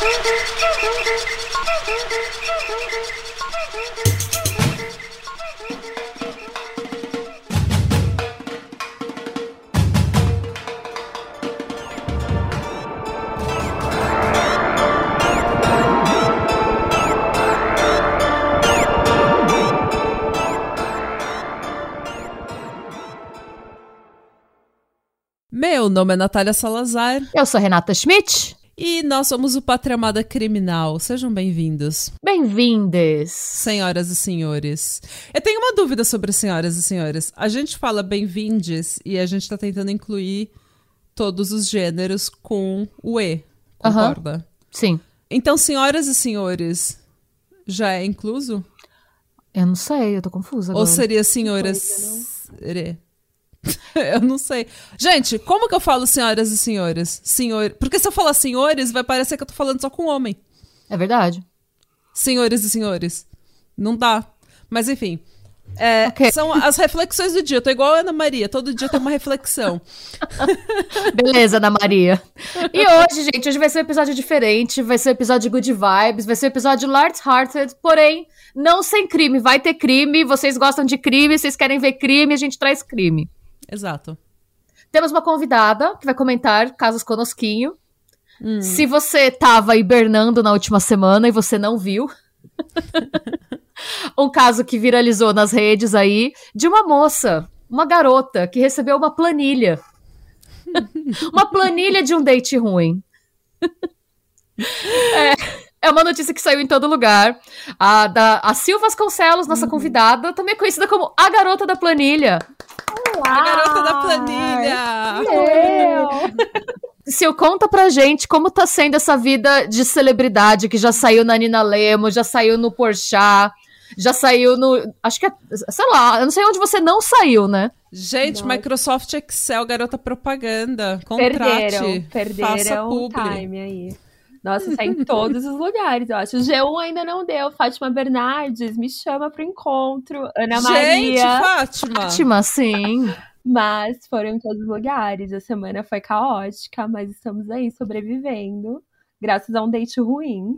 Meu nome é Natália Salazar. Eu sou Renata Schmidt. E nós somos o Pátria Amada Criminal. Sejam bem-vindos. Bem-vindes. Senhoras e senhores. Eu tenho uma dúvida sobre senhoras e senhores. A gente fala bem-vindes e a gente tá tentando incluir todos os gêneros com o E. Concorda? Sim. Então, senhoras e senhores, já é incluso? Eu não sei, eu tô confusa agora. Ou seria senhoras... Eu não sei. Gente, como que eu falo senhoras e senhores? Porque se eu falar senhores, vai parecer que eu tô falando só com homem. É verdade. Senhores e senhores. Não dá. Mas enfim. Okay. São as reflexões do dia. Eu tô igual a Ana Maria. Todo dia tem uma reflexão. Beleza, Ana Maria. E hoje vai ser um episódio diferente. Vai ser um episódio de good vibes. Vai ser um episódio light-hearted. Porém, não sem crime. Vai ter crime. Vocês gostam de crime. Vocês querem ver crime. A gente traz crime. Exato. Temos uma convidada que vai comentar casos conosquinho. Se você tava hibernando na última semana e você não viu... um caso que viralizou nas redes aí de uma moça, uma garota que recebeu uma planilha. Uma planilha de um date ruim. É uma notícia que saiu em todo lugar. A Sil Vasconcelos, nossa convidada, também conhecida como a garota da planilha. Olá! A garota da planilha! Sil, conta pra gente como tá sendo essa vida de celebridade que já saiu na Nina Lemos, já saiu no Porchat, já saiu no... Acho que sei lá, eu não sei onde você não saiu, né? Gente, nossa. Microsoft Excel, garota propaganda. Contrate. Perderam o time aí. Nossa, sai em todos os lugares, eu acho. O G1 ainda não deu. Fátima Bernardes me chama pro encontro. Ana Maria. Gente, Fátima, sim. Mas foram em todos os lugares. A semana foi caótica, mas estamos aí sobrevivendo. Graças a um date ruim.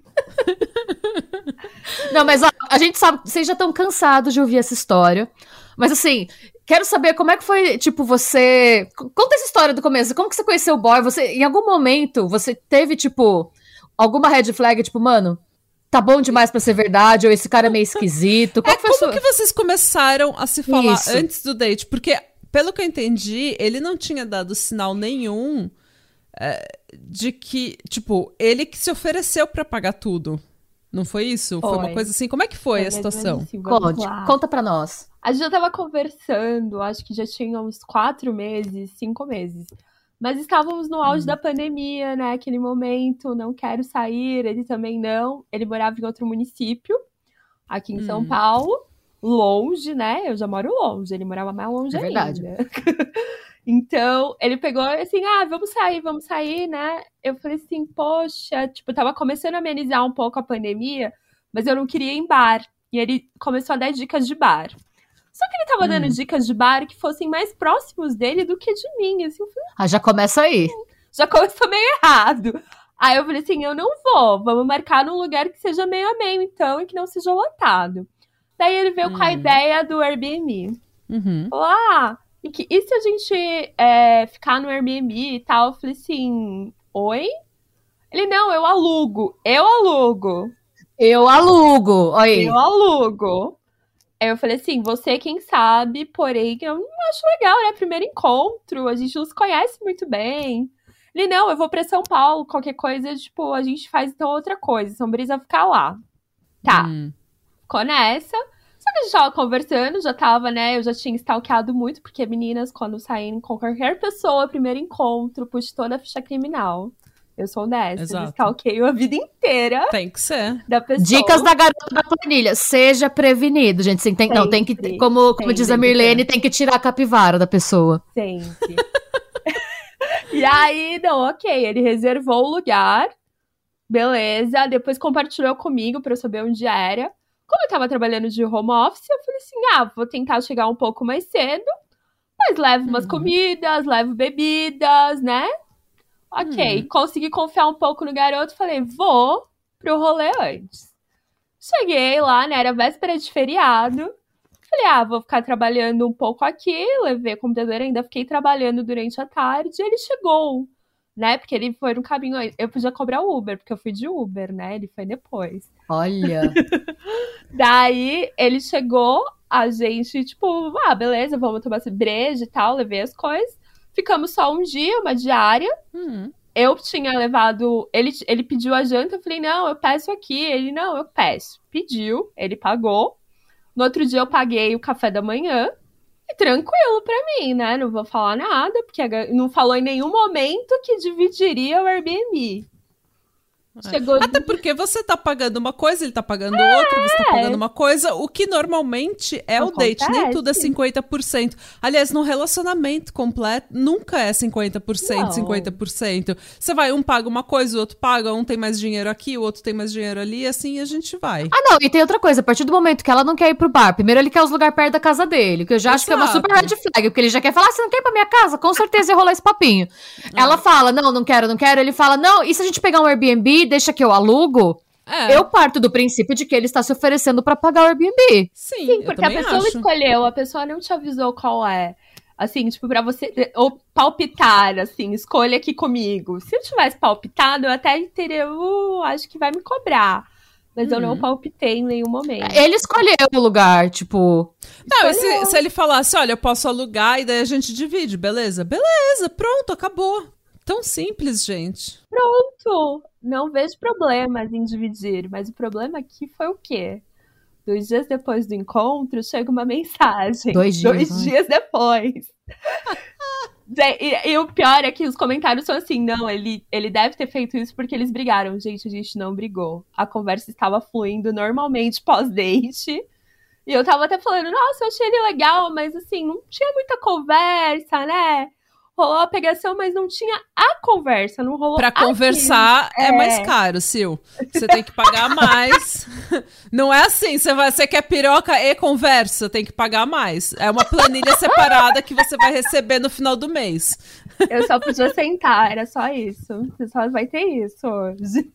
Não, mas a gente sabe, vocês já estão cansados de ouvir essa história. Mas assim, quero saber como é que foi, tipo, você... Conta essa história do começo. Como que você conheceu o boy? Em algum momento, você teve, tipo... alguma red flag, tipo, mano, tá bom demais pra ser verdade, ou esse cara é meio esquisito. Como que vocês começaram a se falar antes do date? Porque, pelo que eu entendi, ele não tinha dado sinal nenhum de que, tipo, ele que se ofereceu pra pagar tudo. Não foi isso? Foi uma coisa assim? Como é que foi a situação? Assim, conta pra nós. A gente já tava conversando, acho que já tinha uns 4 meses, 5 meses. Mas estávamos no auge da pandemia, né? Aquele momento, não quero sair, ele também não. Ele morava em outro município, aqui em São Paulo, longe, né? Eu já moro longe, ele morava mais longe ainda. Verdade. Então, ele pegou assim, vamos sair, né? Eu falei assim, poxa, tipo, tava começando a amenizar um pouco a pandemia, mas eu não queria ir em bar. E ele começou a dar dicas de bar. Só que ele tava dando dicas de bar que fossem mais próximos dele do que de mim. Assim, eu falei, já começa aí. Já começou meio errado. Aí eu falei assim, eu não vou. Vamos marcar num lugar que seja meio a meio, então, e que não seja lotado. Daí ele veio com a ideia do Airbnb. Falou, e se a gente ficar no Airbnb e tal? Eu falei assim, oi? Ele, não, eu alugo. Eu alugo. Aí eu falei assim, você quem sabe, porém eu não acho legal, né? Primeiro encontro, a gente não se conhece muito bem. Ele, não, eu vou pra São Paulo, qualquer coisa, tipo, a gente faz então outra coisa. São Brisa ficar lá. Tá. Ficou nessa. Só que a gente tava conversando, já tava, né? Eu já tinha stalkeado muito, porque meninas, quando saírem com qualquer pessoa, primeiro encontro, puxa toda a ficha criminal. Eu sou dessas, stalkeio a vida inteira. Tem que ser. Da pessoa. Dicas da garota da planilha. Seja prevenido, gente. Tem que, como diz a Mirlene, tem que tirar a capivara da pessoa. Sempre. E aí, ele reservou o lugar. Beleza. Depois compartilhou comigo pra eu saber onde era. Como eu tava trabalhando de home office, eu falei assim, vou tentar chegar um pouco mais cedo. Mas levo umas comidas, levo bebidas, né? Ok, consegui confiar um pouco no garoto, falei, vou pro rolê antes. Cheguei lá, né, era véspera de feriado. Falei, vou ficar trabalhando um pouco aqui, levei o computador, ainda fiquei trabalhando durante a tarde. E ele chegou, né, porque ele foi no caminho, eu podia cobrar o Uber, porque eu fui de Uber, né, ele foi depois. Olha. Daí, ele chegou, a gente, tipo, beleza, vamos tomar breja e tal, levei as coisas. Ficamos só um dia, uma diária. Eu tinha levado... Ele pediu a janta, eu falei, não, eu peço aqui. Ele, não, eu peço. Pediu, ele pagou. No outro dia eu paguei o café da manhã. E tranquilo pra mim, né? Não vou falar nada, porque não falou em nenhum momento que dividiria o Airbnb. Chegou... Até porque você tá pagando uma coisa, ele tá pagando outra, você tá pagando uma coisa, o que normalmente é Acontece. O date, nem tudo é 50%. Aliás, num relacionamento completo, nunca é 50%, Não. 50%. Você vai, um paga uma coisa, o outro paga, um tem mais dinheiro aqui, o outro tem mais dinheiro ali, e assim a gente vai. Não, e tem outra coisa, a partir do momento que ela não quer ir pro bar, primeiro ele quer os lugares perto da casa dele, que eu já acho que é uma super red flag, porque ele já quer falar, você não quer ir pra minha casa? Com certeza ia rolar esse papinho. Ela fala, não quero, ele fala, não, e se a gente pegar um Airbnb, deixa que eu alugo? Eu parto do princípio de que ele está se oferecendo pra pagar o Airbnb. Sim, porque a pessoa escolheu, a pessoa não te avisou qual é. Assim, tipo, pra você ou palpitar, assim, escolha aqui comigo. Se eu tivesse palpitado, eu até teria, acho que vai me cobrar. Mas eu não palpitei em nenhum momento. Ele escolheu o lugar, tipo... Não, se ele falasse, olha, eu posso alugar e daí a gente divide, beleza? Beleza, pronto, acabou. Tão simples, gente. Pronto. Não vejo problemas em dividir, mas o problema aqui foi o quê? 2 dias depois do encontro, chega uma mensagem. 2 dias. 2 dias depois. E o pior é que os comentários são assim, não, ele deve ter feito isso porque eles brigaram. Gente, a gente não brigou. A conversa estava fluindo normalmente pós-date. E eu tava até falando, nossa, eu achei ele legal, mas assim, não tinha muita conversa, né? Rolou a pegação, mas não tinha a conversa, não rolou. Pra conversar é mais caro, Sil. Você tem que pagar mais. Não é assim, você quer piroca e conversa, tem que pagar mais. É uma planilha separada que você vai receber no final do mês. Eu só podia sentar, era só isso. Você só vai ter isso hoje.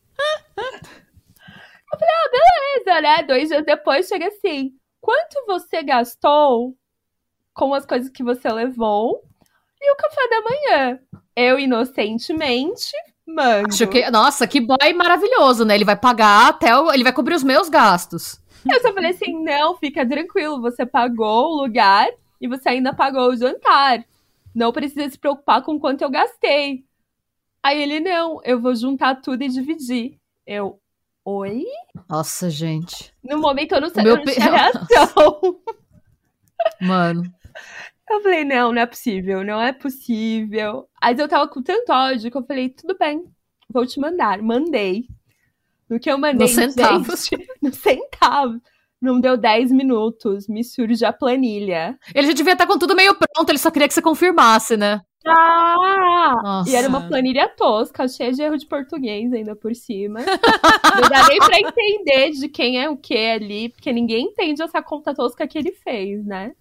Eu falei, beleza, né? 2 dias depois chega assim, quanto você gastou com as coisas que você levou? E o café da manhã. Eu, inocentemente, mando. Acho que, nossa, que boy maravilhoso, né? Ele vai pagar ele vai cobrir os meus gastos. Eu só falei assim, não, fica tranquilo. Você pagou o lugar e você ainda pagou o jantar. Não precisa se preocupar com quanto eu gastei. Aí ele, não, eu vou juntar tudo e dividir. Eu, oi? Nossa, gente. No momento eu não tinha reação. Mano. Eu falei, não é possível, não é possível. Aí eu tava com tanto ódio que eu falei, tudo bem, vou te mandar. Mandei. No que eu mandei, no centavo. Não deu 10 minutos, me surge a planilha. Ele já devia estar com tudo meio pronto, ele só queria que você confirmasse, né? E era uma planilha tosca, cheia de erro de português ainda por cima. Não dá nem pra entender de quem é o que ali, porque ninguém entende essa conta tosca que ele fez, né?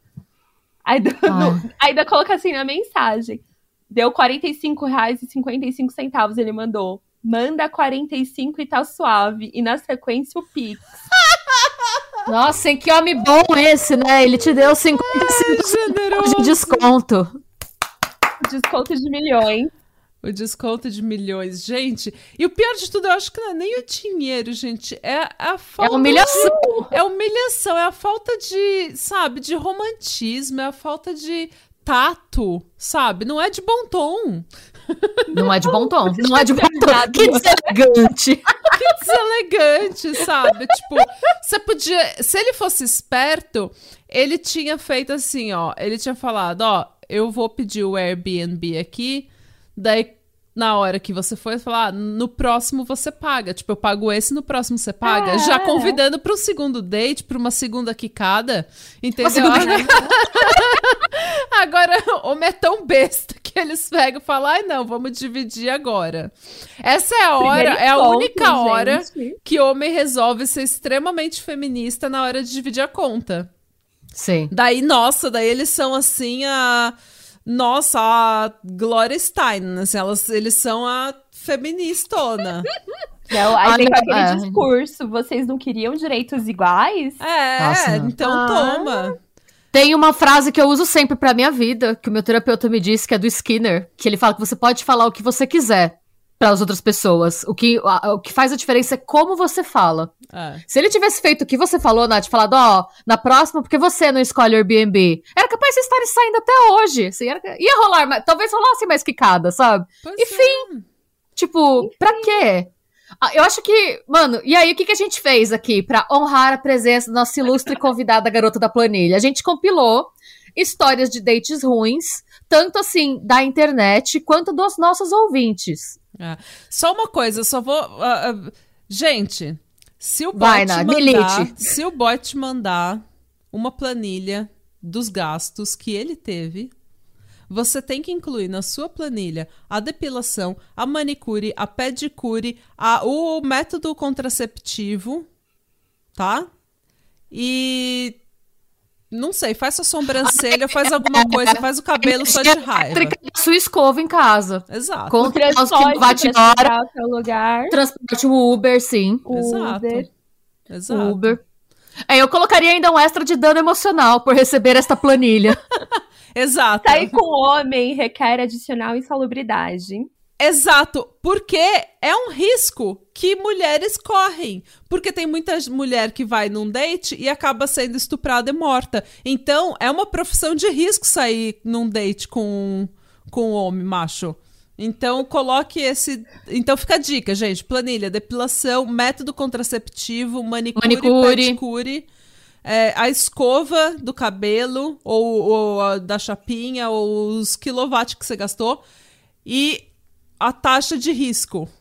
Ainda coloca assim na mensagem. Deu R$45,55, ele mandou. Manda 45 e tá suave. E na sequência o Pix. Nossa, que homem bom esse, né? Ele te deu 55% de desconto. Desconto de milhões. O desconto de milhões, gente. E o pior de tudo, eu acho que não é nem o dinheiro, gente. É a falta. É humilhação. É humilhação, é a falta de, sabe, de romantismo, é a falta de tato, sabe? Não é de bom tom. Não é de bom tom. Não é de bom tom. Que deselegante. Que deselegante, sabe? Tipo, você podia. Se ele fosse esperto, ele tinha feito assim, ó. Ele tinha falado, ó, eu vou pedir o Airbnb aqui. Daí, na hora que você for, falar, no próximo você paga. Tipo, eu pago esse, no próximo você paga. Já convidando para um segundo date, para uma segunda quicada. Entendeu? Agora, o homem é tão besta que eles pegam e falam, ai não, vamos dividir agora. Essa é a hora, é a única hora que o homem resolve ser extremamente feminista na hora de dividir a conta. Sim. Daí, nossa, daí eles são assim nossa, a Gloria Steinem, assim, eles são a feministona. Não, aí vem com aquele discurso, vocês não queriam direitos iguais? Nossa, então toma. Tem uma frase que eu uso sempre pra minha vida, que o meu terapeuta me disse, que é do Skinner, que ele fala que você pode falar o que você quiser para as outras pessoas. O que faz a diferença é como você fala. Se ele tivesse feito o que você falou, Nath, falado, na próxima, porque você não escolhe o Airbnb, era capaz de vocês estarem saindo até hoje. Assim, ia rolar, talvez rolasse mais quicada, sabe? Enfim, tipo, pra quê? Eu acho que, mano, e aí o que a gente fez aqui pra honrar a presença da nossa ilustre convidada garota da planilha? A gente compilou histórias de dates ruins, tanto assim da internet quanto dos nossos ouvintes. Só uma coisa, eu só vou... gente, se o boy te mandar uma planilha dos gastos que ele teve... Você tem que incluir na sua planilha a depilação, a manicure, a pedicure, o método contraceptivo, tá? E... não sei, faz sua sobrancelha, faz alguma coisa, faz o cabelo só de raiva. Sua escova em casa. Exato. Com transporte transporte Uber, sim. Exato. Uber. Eu colocaria ainda um extra de dano emocional por receber esta planilha. Exato. Sair com homem requer adicional insalubridade. Exato, porque é um risco que mulheres correm. Porque tem muita mulher que vai num date e acaba sendo estuprada e morta. Então, é uma profissão de risco sair num date com um homem macho. Então, coloque esse... Então, fica a dica, gente. Planilha, depilação, método contraceptivo, manicure. Pedicure... a escova do cabelo, ou a da chapinha, ou os quilowatts que você gastou, e a taxa de risco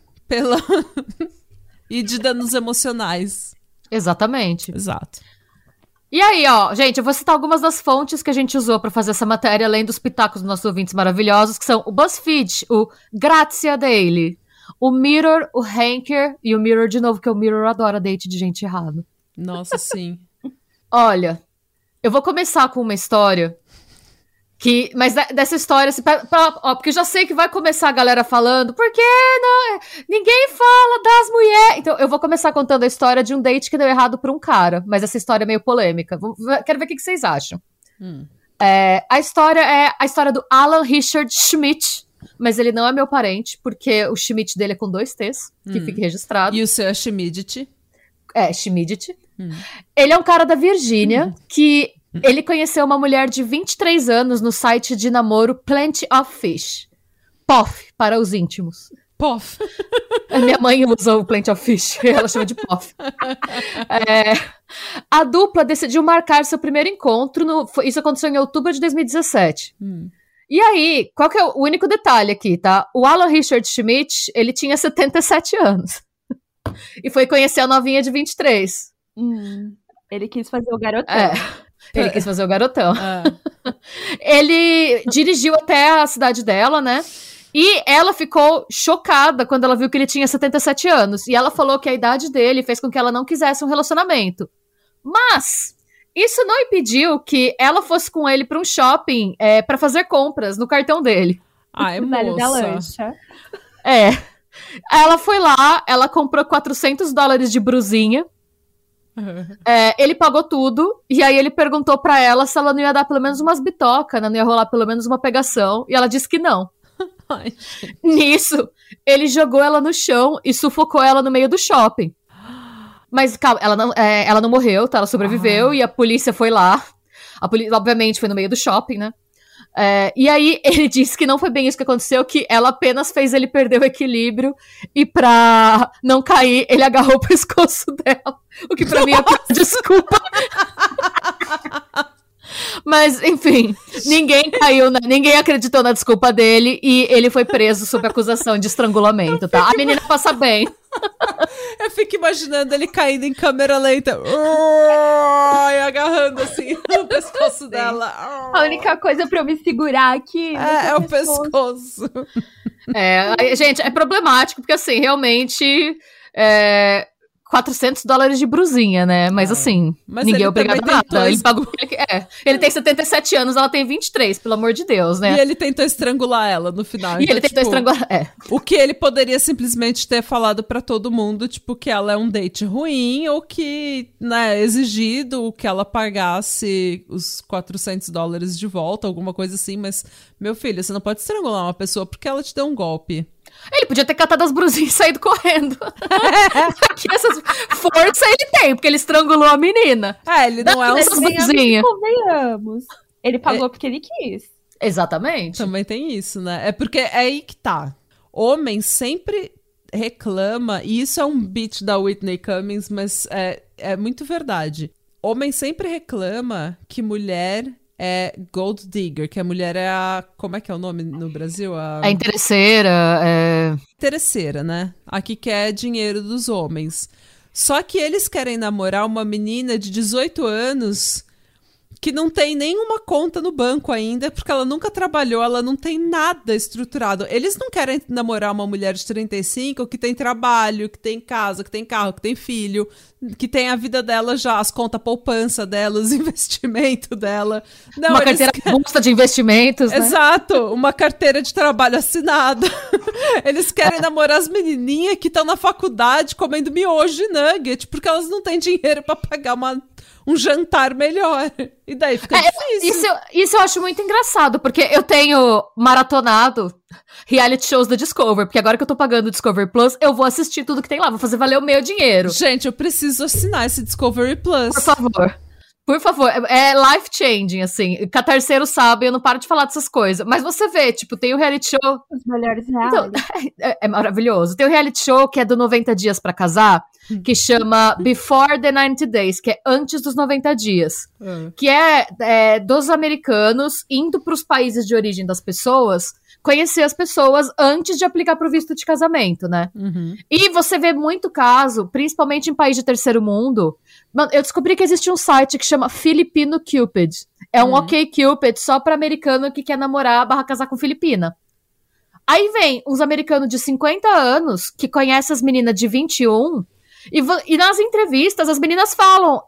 e de danos emocionais. Exatamente. Exato. E aí, gente, eu vou citar algumas das fontes que a gente usou pra fazer essa matéria, além dos pitacos dos nossos ouvintes maravilhosos, que são o BuzzFeed, o Grazia Daily, o Mirror, o Ranker, e o Mirror de novo, que o Mirror adora date de gente errada. Nossa, sim. Olha, eu vou começar com uma história mas dessa história, assim, porque eu já sei que vai começar a galera falando, por que não? Ninguém fala das mulheres. Então, eu vou começar contando a história de um date que deu errado pra um cara, mas essa história é meio polêmica. Quero ver o que vocês acham. A história é a história do Alan Richard Schmidt, mas ele não é meu parente, porque o Schmidt dele é com 2 T's, que fique registrado. E o seu é Schmidt? Schmidt. Ele é um cara da Virgínia que ele conheceu uma mulher de 23 anos no site de namoro Plenty of Fish. POF, para os íntimos. POF. Minha mãe usou o Plenty of Fish, ela chama de POF. A dupla decidiu marcar seu primeiro encontro, isso aconteceu em outubro de 2017. E aí, qual que é o único detalhe aqui, tá? O Alan Richard Schmidt, ele tinha 77 anos. E foi conhecer a novinha de 23. Ele quis fazer o garotão. Ele quis fazer o garotão. Ele dirigiu até a cidade dela, né? E ela ficou chocada quando ela viu que ele tinha 77 anos. E ela falou que a idade dele fez com que ela não quisesse um relacionamento. Mas isso não impediu que ela fosse com ele para um shopping para fazer compras no cartão dele. Ai, moça. Da lancha. Ela foi lá, ela comprou $400 de brusinha. Ele pagou tudo. E aí ele perguntou pra ela se ela não ia dar pelo menos umas bitocas, né? Não ia rolar pelo menos uma pegação. E ela disse que não. Ai, nisso, ele jogou ela no chão e sufocou ela no meio do shopping. Mas calma, ela não morreu, tá? Ela sobreviveu e a polícia foi lá. A polícia, obviamente, foi no meio do shopping, né? E aí ele disse que não foi bem isso que aconteceu, que ela apenas fez ele perder o equilíbrio e pra não cair, ele agarrou o pescoço dela. O que pra mim é desculpa. Mas, enfim, ninguém acreditou na desculpa dele e ele foi preso sob acusação de estrangulamento, tá? A menina passa bem. Eu fico imaginando ele caindo em câmera lenta e agarrando assim o pescoço dela. A única coisa pra eu me segurar aqui é o pescoço. Gente, é problemático, porque assim, realmente $400 de brusinha, né? Mas assim, mas ninguém é obrigado a nada. Ele pagou. Ele tem 77 anos, ela tem 23, pelo amor de Deus, né? E ele tentou estrangular ela no final. E então, ele tentou estrangular. O que ele poderia simplesmente ter falado pra todo mundo, tipo, que ela é um date ruim, ou que, né, exigido que ela pagasse os $400 de volta, alguma coisa assim, mas, meu filho, você não pode estrangular uma pessoa porque ela te deu um golpe. Ele podia ter catado as brusinhas e saído correndo. Aqui essas forças ele tem, porque ele estrangulou a menina. Ele não é um brusinha. Convenhamos. Ele pagou porque ele quis. Exatamente. Também tem isso, né? É porque é aí que tá. Homem sempre reclama, e isso é um beat da Whitney Cummings, mas é muito verdade. Homem sempre reclama que mulher é gold digger, que a mulher é a... Como é que é o nome no Brasil? A interesseira. Interesseira, né? Aqui quer dinheiro dos homens. Só que eles querem namorar uma menina de 18 anos que não tem nenhuma conta no banco ainda, porque ela nunca trabalhou, ela não tem nada estruturado. Eles não querem namorar uma mulher de 35 que tem trabalho, que tem casa, que tem carro, que tem filho, que tem a vida dela já, as contas poupança dela, os investimentos dela. Não, uma carteira robusta de investimentos, né? Exato, uma carteira de trabalho assinada. Eles querem namorar as menininhas que estão na faculdade comendo miojo e nugget, porque elas não têm dinheiro para pagar um jantar melhor. E daí fica difícil. Isso eu acho muito engraçado, porque eu tenho maratonado reality shows da Discovery, porque agora que eu tô pagando o Discovery Plus, eu vou assistir tudo que tem lá, vou fazer valer o meu dinheiro. Gente, eu preciso assinar esse Discovery Plus. Por favor. Por favor, é life-changing, assim. Catarceiro sabe, eu não paro de falar dessas coisas. Mas você vê, tipo, tem o reality show... Os melhores realities. Então, é maravilhoso. Tem o reality show que é do 90 Dias pra Casar, que chama Before the 90 Days, que é antes dos 90 dias. Que é dos americanos indo pros países de origem das pessoas, conhecer as pessoas antes de aplicar pro visto de casamento, né? Uhum. E você vê muito caso, principalmente em país de terceiro mundo. Mano, eu descobri que existe um site que chama Filipino Cupid. É um OkCupid só pra americano que quer namorar / casar com filipina. Aí vem uns americanos de 50 anos que conhecem as meninas de 21 e nas entrevistas as meninas falam,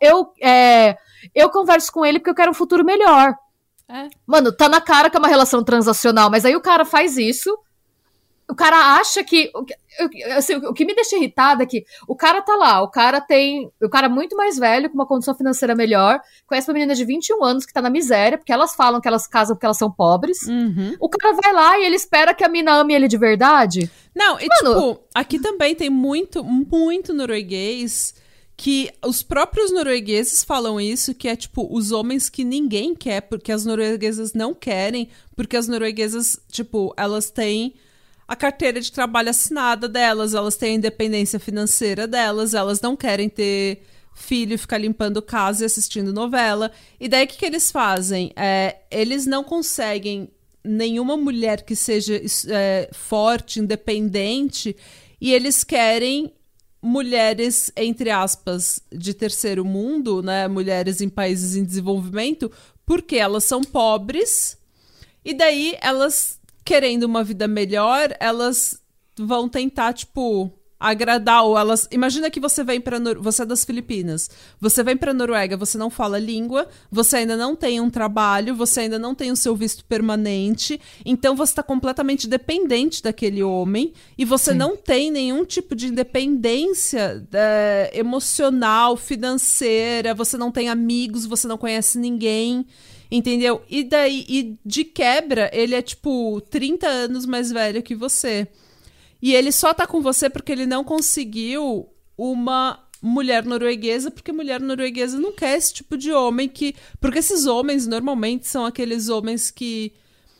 eu converso com ele porque eu quero um futuro melhor. Mano, tá na cara que é uma relação transacional, mas aí o cara faz isso, o cara acha que... Assim, o que me deixa irritada é que o cara tá lá, o cara é muito mais velho, com uma condição financeira melhor, conhece uma menina de 21 anos que tá na miséria, porque elas falam que elas casam porque elas são pobres. Uhum. O cara vai lá e ele espera que a mina ame ele de verdade. Não, e tipo, aqui também tem muito, muito norueguês que os próprios noruegueses falam isso, que é tipo, os homens que ninguém quer, porque as norueguesas não querem, porque as norueguesas, tipo, elas têm a carteira de trabalho assinada delas, elas têm a independência financeira delas, elas não querem ter filho e ficar limpando casa e assistindo novela. E daí o que eles fazem? Eles não conseguem nenhuma mulher que seja forte, independente, e eles querem mulheres, entre aspas, de terceiro mundo, né? Mulheres em países em desenvolvimento, porque elas são pobres, e daí elas... querendo uma vida melhor, elas vão tentar, tipo, agradar, ou elas... Imagina que você vem você é das Filipinas, você vem pra Noruega, você não fala língua, você ainda não tem um trabalho, você ainda não tem o seu visto permanente, então você tá completamente dependente daquele homem, e você não tem nenhum tipo de independência emocional, financeira, você não tem amigos, você não conhece ninguém... Entendeu? E daí, de quebra, ele é, tipo, 30 anos mais velho que você. E ele só tá com você porque ele não conseguiu uma mulher norueguesa, porque mulher norueguesa não quer esse tipo de homem que... Porque esses homens, normalmente, são aqueles homens que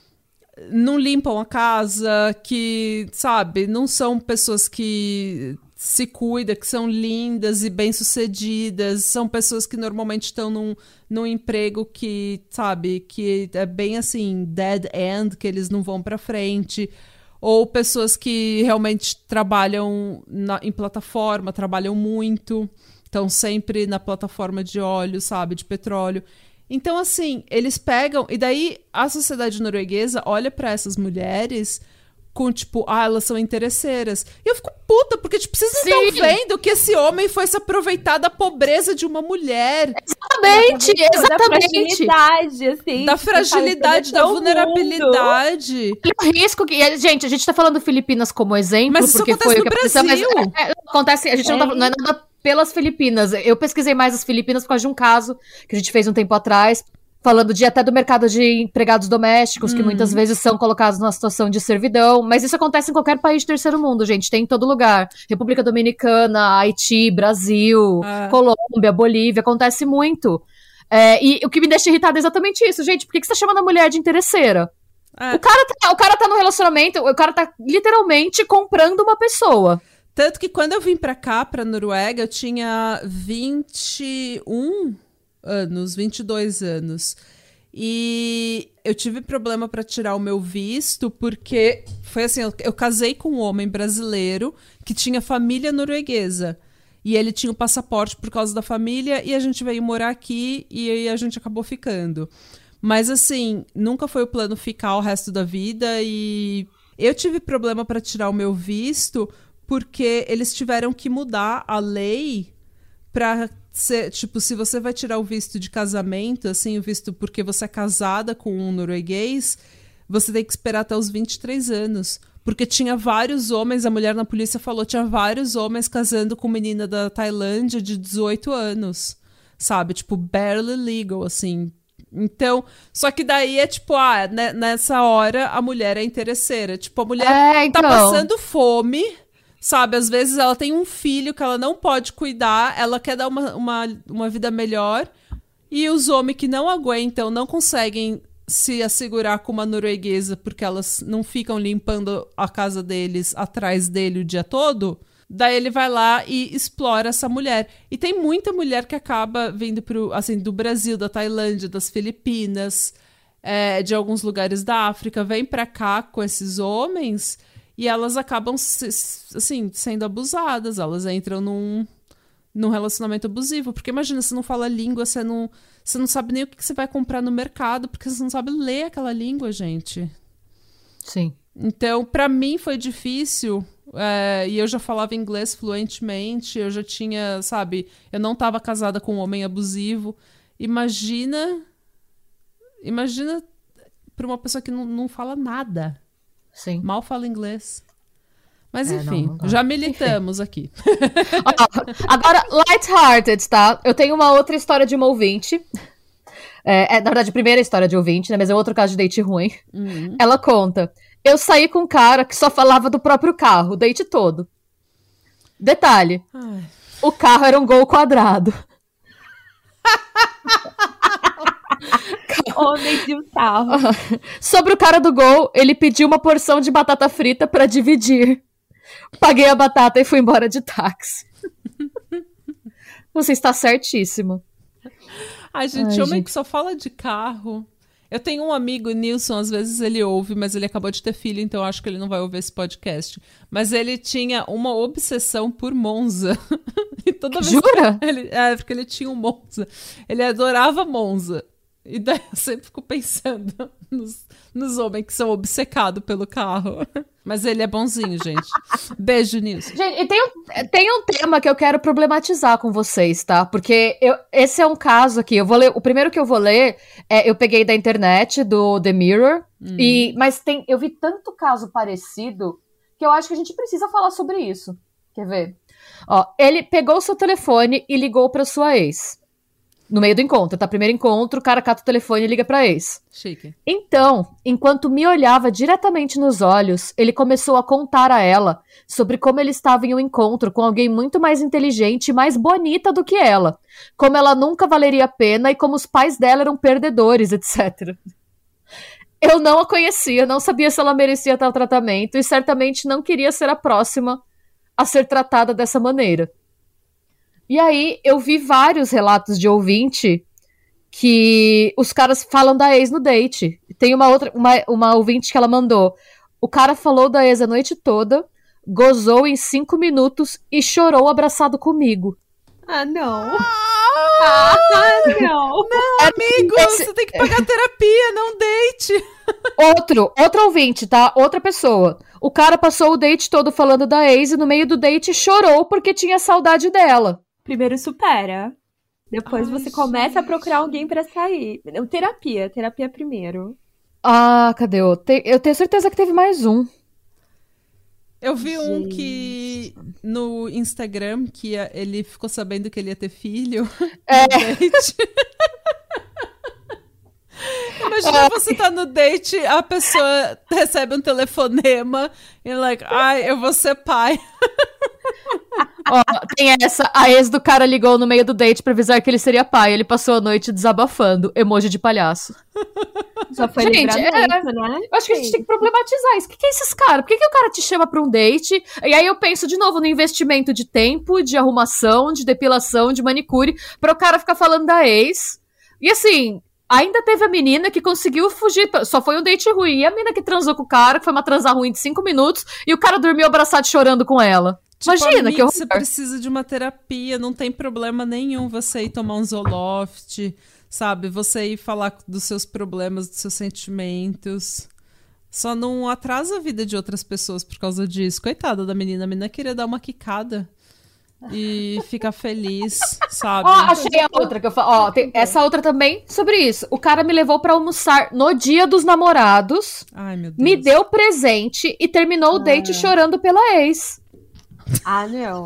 não limpam a casa, que, sabe, não são pessoas que... se cuida, que são lindas e bem-sucedidas, são pessoas que normalmente estão num emprego que, sabe, que é bem assim, dead end, que eles não vão pra frente, ou pessoas que realmente trabalham em plataforma, trabalham muito, estão sempre na plataforma de óleo, sabe, de petróleo. Então, assim, eles pegam, e daí a sociedade norueguesa olha pra essas mulheres com, tipo, elas são interesseiras. E eu fico puta, porque, tipo, vocês não estão vendo que esse homem foi se aproveitar da pobreza de uma mulher. Exatamente. Da fragilidade, assim. Da fragilidade, da vulnerabilidade. O risco que... Gente, a gente tá falando Filipinas como exemplo, mas porque isso acontece foi no o que Brasil. Acontece, a gente não é nada pelas Filipinas. Eu pesquisei mais as Filipinas por causa de um caso que a gente fez um tempo atrás, falando até do mercado de empregados domésticos, que muitas vezes são colocados numa situação de servidão. Mas isso acontece em qualquer país de terceiro mundo, gente. Tem em todo lugar. República Dominicana, Haiti, Brasil, Colômbia, Bolívia. Acontece muito. E o que me deixa irritada é exatamente isso, gente. Por que você tá chamando a mulher de interesseira? O cara tá no relacionamento, o cara tá literalmente comprando uma pessoa. Tanto que quando eu vim pra cá, pra Noruega, eu tinha 21 anos, 22 anos. E eu tive problema pra tirar o meu visto, porque foi assim, eu casei com um homem brasileiro que tinha família norueguesa. E ele tinha o passaporte por causa da família, e a gente veio morar aqui, e aí a gente acabou ficando. Mas assim, nunca foi o plano ficar o resto da vida, e eu tive problema pra tirar o meu visto, porque eles tiveram que mudar a lei pra ser, tipo, se você vai tirar o visto de casamento, assim, o visto porque você é casada com um norueguês, você tem que esperar até os 23 anos. Porque tinha vários homens, a mulher na polícia falou, tinha vários homens casando com menina da Tailândia de 18 anos, sabe? Tipo, barely legal, assim. Então, só que daí é tipo, nessa hora a mulher é interesseira. Tipo, a mulher então... tá passando fome, sabe? Às vezes ela tem um filho que ela não pode cuidar, ela quer dar uma vida melhor, e os homens que não aguentam, não conseguem se assegurar com uma norueguesa porque elas não ficam limpando a casa deles atrás dele o dia todo, daí ele vai lá e explora essa mulher. E tem muita mulher que acaba vindo do Brasil, da Tailândia, das Filipinas, de alguns lugares da África, vem pra cá com esses homens e elas acabam assim, sendo abusadas, elas entram num relacionamento abusivo, porque imagina, você não fala língua, você não sabe nem o que você vai comprar no mercado, porque você não sabe ler aquela língua, gente. Sim. Então, pra mim foi difícil, e eu já falava inglês fluentemente, eu já tinha, sabe, eu não estava casada com um homem abusivo. Imagina pra uma pessoa que não fala nada. Sim. Mal fala inglês. Mas enfim, já militamos aqui. Agora, lighthearted, tá? Eu tenho uma outra história de uma ouvinte. Na verdade, a primeira história de ouvinte, né? Mas é outro caso de date ruim. Uhum. Ela conta: eu saí com um cara que só falava do próprio carro, o date todo. Detalhe: o carro era um Gol quadrado. Homem de um carro. Sobre o cara do Gol, ele pediu uma porção de batata frita pra dividir. Paguei a batata e fui embora de táxi. Você está certíssimo. Homem que só fala de carro. Eu tenho um amigo, Nilson, às vezes ele ouve, mas ele acabou de ter filho, então eu acho que ele não vai ouvir esse podcast. Mas ele tinha uma obsessão por Monza. E toda vez Jura? Porque ele tinha um Monza. Ele adorava Monza. E daí eu sempre fico pensando nos homens que são obcecados pelo carro. Mas ele é bonzinho, gente. Beijo, Nilson. Gente, e tem um tema que eu quero problematizar com vocês, tá? Porque esse é um caso aqui. Eu vou ler. O primeiro que eu vou ler, eu peguei da internet, do The Mirror. Mas eu vi tanto caso parecido que eu acho que a gente precisa falar sobre isso. Quer ver? Ó, ele pegou o seu telefone e ligou pra sua ex. No meio do encontro, tá? Primeiro encontro, o cara cata o telefone e liga pra ex. Chique. Então, enquanto me olhava diretamente nos olhos, ele começou a contar a ela sobre como ele estava em um encontro com alguém muito mais inteligente e mais bonita do que ela. Como ela nunca valeria a pena e como os pais dela eram perdedores, etc. Eu não a conhecia, não sabia se ela merecia tal tratamento e certamente não queria ser a próxima a ser tratada dessa maneira. E aí, eu vi vários relatos de ouvinte que os caras falam da ex no date. Tem uma ouvinte que ela mandou. O cara falou da ex a noite toda, gozou em 5 minutos e chorou abraçado comigo. Ah, não. Não. Não, amigo, você tem que pagar terapia, não date. Outro ouvinte, tá? Outra pessoa. O cara passou o date todo falando da ex e no meio do date chorou porque tinha saudade dela. Primeiro supera. Depois você começa a procurar alguém pra sair. Não, terapia primeiro. Ah, cadê? Eu tenho certeza que teve mais um. Eu vi um que no Instagram que ele ficou sabendo que ele ia ter filho. Date. Imagina você tá no date, a pessoa recebe um telefonema e eu vou ser pai. Ó, tem essa, a ex do cara ligou no meio do date pra avisar que ele seria pai. Ele passou a noite desabafando, emoji de palhaço. Já foi livramento, né? Eu acho que a gente tem que problematizar isso. O que é esses caras? Por que o cara te chama pra um date? E aí eu penso de novo no investimento de tempo, de arrumação, de depilação, de manicure, pra o cara ficar falando da ex. E assim, ainda teve a menina que conseguiu fugir, só foi um date ruim. E a menina que transou com o cara, que foi uma transar ruim de 5 minutos, e o cara dormiu abraçado chorando com ela. Tipo, imagina, amigo, que horror. Você precisa de uma terapia, não tem problema nenhum você ir tomar um Zoloft, sabe? Você ir falar dos seus problemas, dos seus sentimentos. Só não atrasa a vida de outras pessoas por causa disso. Coitada da menina. A menina queria dar uma quicada e ficar feliz, sabe? Achei a outra que eu falo. Tem essa outra também sobre isso. O cara me levou pra almoçar no dia dos namorados. Ai, meu Deus. Me deu presente e terminou o date chorando pela ex. Ah, não.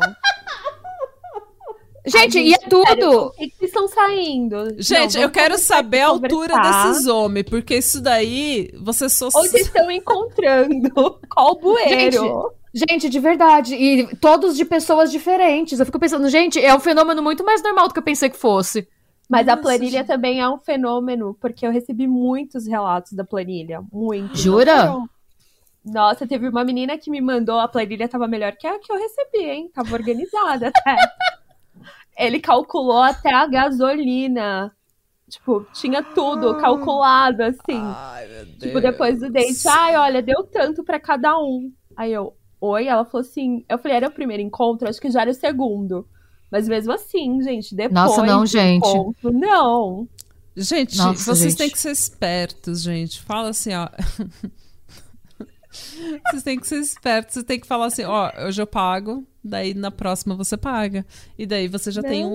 Gente, e é tudo. Sério, por que vocês estão saindo? Gente, eu quero saber a altura desses homens, porque isso daí, você só... Onde estão encontrando? Qual bueiro? Gente, de verdade. E todos de pessoas diferentes. Eu fico pensando, gente, é um fenômeno muito mais normal do que eu pensei que fosse. Mas a planilha também é um fenômeno, porque eu recebi muitos relatos da planilha. Muitos. Jura? Nossa, teve uma menina que me mandou, a planilha tava melhor que a que eu recebi, hein? Tava organizada até. Ele calculou até a gasolina. Tipo, tinha tudo calculado, assim. Ai, meu Deus. Tipo, depois do date, olha, deu tanto pra cada um. Aí eu, oi? Ela falou assim, eu falei, era o primeiro encontro? Acho que já era o segundo. Mas mesmo assim, gente, depois Nossa, não, do gente. encontro, não. Gente, vocês têm que ser espertos, gente. Fala assim, ó... Vocês têm que ser espertos, vocês têm que falar assim, hoje eu pago, daí na próxima você paga. E daí você já tem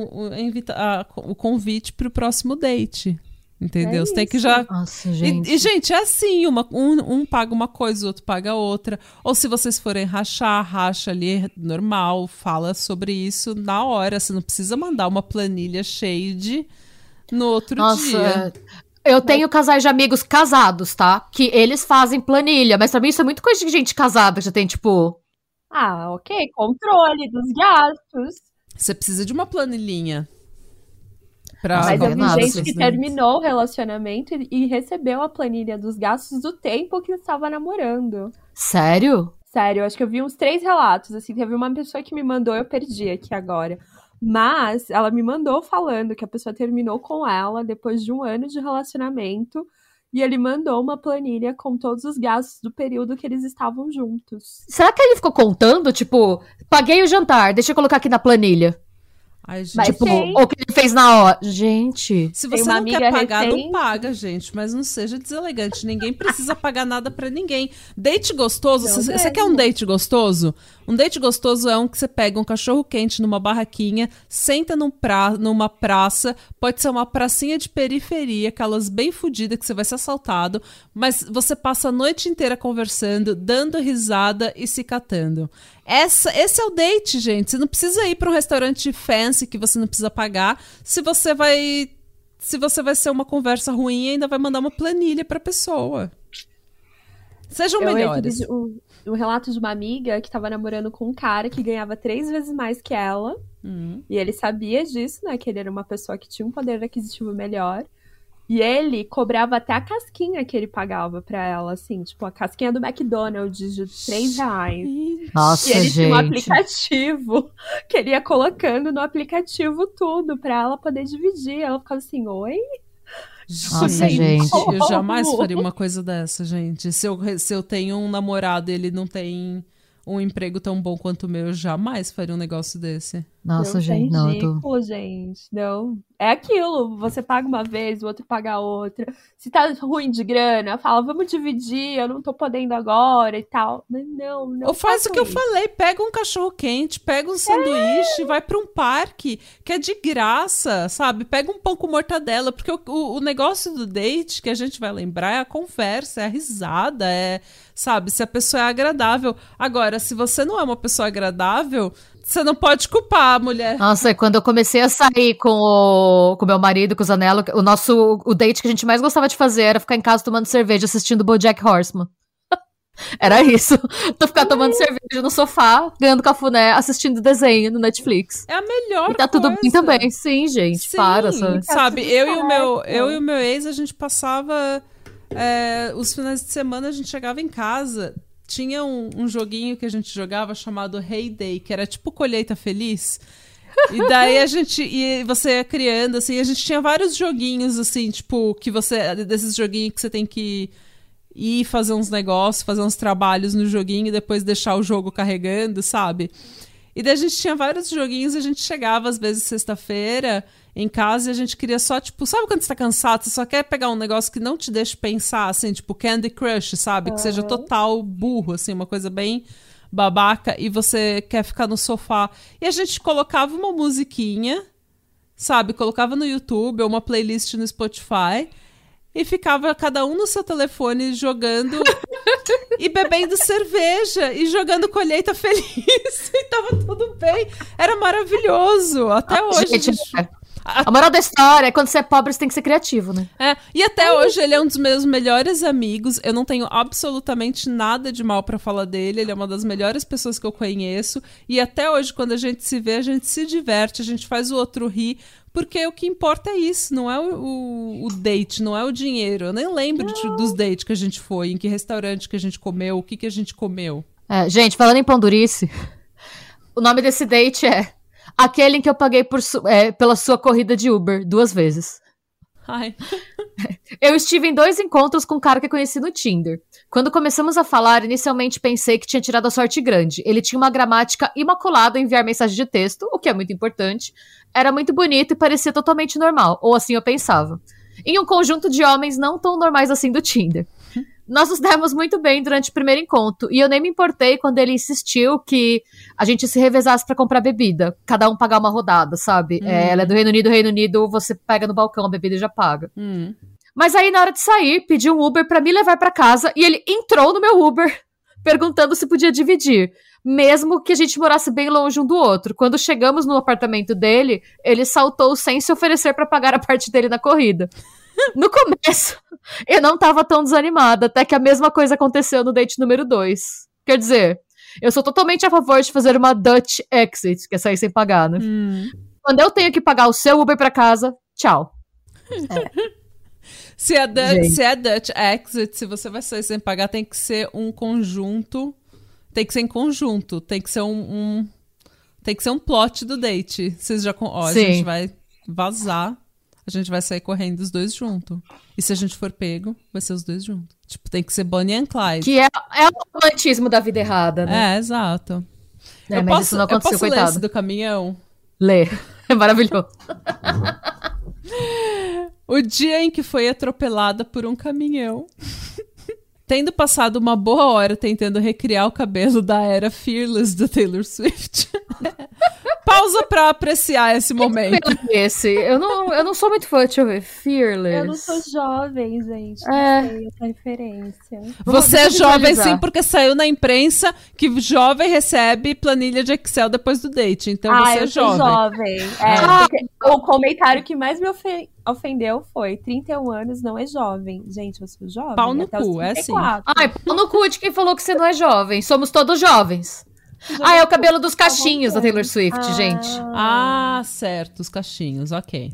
o convite pro próximo date. Entendeu? Você tem que já... Nossa, gente. E, gente, é assim, um paga uma coisa, o outro paga outra. Ou se vocês forem racha ali, normal, fala sobre isso na hora. Você não precisa mandar uma planilha shade no outro dia. Eu tenho casais de amigos casados, tá? Que eles fazem planilha, mas pra mim isso é muito coisa de gente casada, que já tem, tipo... Ah, ok, controle dos gastos. Você precisa de uma planilhinha. Mas eu vi gente que terminou o relacionamento e recebeu a planilha dos gastos do tempo que estava namorando. Sério? Sério, acho que eu vi uns 3 relatos, assim, teve uma pessoa que me mandou, eu perdi aqui agora. Mas ela me mandou falando que a pessoa terminou com ela depois de 1 ano de relacionamento e ele mandou uma planilha com todos os gastos do período que eles estavam juntos. Será que ele ficou contando? Tipo, paguei o jantar, deixa eu colocar aqui na planilha. Ai, gente. Tipo, ou que ele fez na hora. Gente. Se você não quer pagar, não paga, gente. Mas não seja deselegante. Ninguém precisa pagar nada pra ninguém. Date gostoso. Você quer um date gostoso? Um date gostoso é um que você pega um cachorro quente numa barraquinha, senta numa praça, pode ser uma pracinha de periferia, aquelas bem fodidas que você vai ser assaltado, mas você passa a noite inteira conversando, dando risada e se catando. Esse é o date, gente. Você não precisa ir para um restaurante fancy que você não precisa pagar. Se você vai ser uma conversa ruim, ainda vai mandar uma planilha pra pessoa. Sejam melhores. O relato de uma amiga que estava namorando com um cara que ganhava 3 vezes mais que ela. E ele sabia disso, né? Que ele era uma pessoa que tinha um poder aquisitivo melhor. E ele cobrava até a casquinha que ele pagava pra ela, assim. Tipo, a casquinha do McDonald's de R$3. Nossa, e ele gente. tinha um aplicativo que ele ia colocando no aplicativo tudo pra ela poder dividir. Ela ficava assim, oi? Nossa, gente. Eu jamais faria uma coisa dessa, gente. Se eu tenho um namorado e ele não tem um emprego tão bom quanto o meu, eu jamais faria um negócio desse. Nossa, gente, não, ridículo, gente. Não. É aquilo, você paga uma vez, o outro paga a outra. Se tá ruim de grana, fala, vamos dividir, eu não tô podendo agora e tal. Mas não. Ou faz o que eu falei, pega um cachorro quente, pega um sanduíche, vai pra um parque, que é de graça, sabe? Pega um pão com mortadela, porque o negócio do date, que a gente vai lembrar, é a conversa, é a risada, sabe? Se a pessoa é agradável. Agora, se você não é uma pessoa agradável, você não pode culpar a mulher. Nossa, quando eu comecei a sair com o meu marido, com o Zanello, o date que a gente mais gostava de fazer era ficar em casa tomando cerveja, assistindo BoJack Horseman. Era isso. Ficar tomando cerveja no sofá, ganhando cafuné, assistindo desenho no Netflix. É a melhor e tá coisa. Tudo bem também. Sim, gente. Sim, para, sabe? Eu e o meu ex, a gente passava os finais de semana, a gente chegava em casa, tinha um joguinho que a gente jogava chamado Heyday, que era tipo Colheita Feliz. E daí e você ia criando, assim, a gente tinha vários joguinhos, assim, tipo, desses joguinhos que você tem que ir fazer uns negócios, fazer uns trabalhos no joguinho e depois deixar o jogo carregando, sabe? E daí a gente tinha vários joguinhos e a gente chegava, às vezes, sexta-feira em casa e a gente queria só, tipo, sabe quando você tá cansado, você só quer pegar um negócio que não te deixe pensar, assim, tipo Candy Crush, sabe? Que seja total burro, assim, uma coisa bem babaca e você quer ficar no sofá. E a gente colocava uma musiquinha, sabe? Colocava no YouTube ou uma playlist no Spotify e ficava cada um no seu telefone jogando e bebendo cerveja e jogando Colheita Feliz. E tava tudo bem. Era maravilhoso. Até hoje. Gente, a moral da história é quando você é pobre, você tem que ser criativo, né? E até hoje ele é um dos meus melhores amigos. Eu não tenho absolutamente nada de mal pra falar dele. Ele é uma das melhores pessoas que eu conheço. E até hoje, quando a gente se vê, a gente se diverte, a gente faz o outro rir. Porque o que importa é isso, não é o date, não é o dinheiro. Eu nem lembro dos dates que a gente foi, em que restaurante que a gente comeu, o que a gente comeu. Gente, falando em pão durice, o nome desse date é aquele em que eu paguei pela sua corrida de Uber 2 vezes. Ai. Eu estive em 2 encontros com um cara que eu conheci no Tinder. Quando começamos a falar, inicialmente pensei que tinha tirado a sorte grande. Ele tinha uma gramática imaculada em enviar mensagem de texto, o que é muito importante. Era muito bonito e parecia totalmente normal, ou assim eu pensava. Em um conjunto de homens não tão normais assim do Tinder. Nós nos demos muito bem durante o primeiro encontro, e eu nem me importei quando ele insistiu que a gente se revezasse pra comprar bebida. Cada um pagar uma rodada, sabe? Ela é do Reino Unido, você pega no balcão a bebida e já paga. Mas aí, na hora de sair, pedi um Uber pra me levar pra casa, e ele entrou no meu Uber, perguntando se podia dividir. Mesmo que a gente morasse bem longe um do outro. Quando chegamos no apartamento dele, ele saltou sem se oferecer pra pagar a parte dele na corrida. No começo, eu não tava tão desanimada, até que a mesma coisa aconteceu no date número 2. Quer dizer, eu sou totalmente a favor de fazer uma Dutch exit, que é sair sem pagar, né? Quando eu tenho que pagar o seu Uber pra casa, tchau. Se é Dutch exit, se você vai sair sem pagar, tem que ser um conjunto. Tem que ser em conjunto. Tem que ser tem que ser um plot do date. Vocês já... a gente vai vazar. A gente vai sair correndo os dois juntos. E se a gente for pego, vai ser os dois juntos. Tipo, tem que ser Bonnie and Clyde. Que é o romantismo da vida errada, né? Exato. Mas isso não aconteceu, coitado. Ler esse do caminhão? Lê. É maravilhoso. O dia em que foi atropelada por um caminhão. Tendo passado uma boa hora tentando recriar o cabelo da era Fearless do Taylor Swift. Pausa pra apreciar esse momento. Eu não sou muito fã, deixa eu ver. Fearless. Eu não sou jovem, gente. Não sei essa referência. Você é jovem sim, porque saiu na imprensa que jovem recebe planilha de Excel depois do date. Então você é jovem. Sou jovem. O comentário que mais me ofendeu foi 31 anos não é jovem. Gente, eu sou jovem. Pau no cu, é assim. Ai, pau no cu de quem falou que você não é jovem. Somos todos jovens. É o cabelo dos cachinhos da Taylor Swift, gente. Certo, os cachinhos, ok.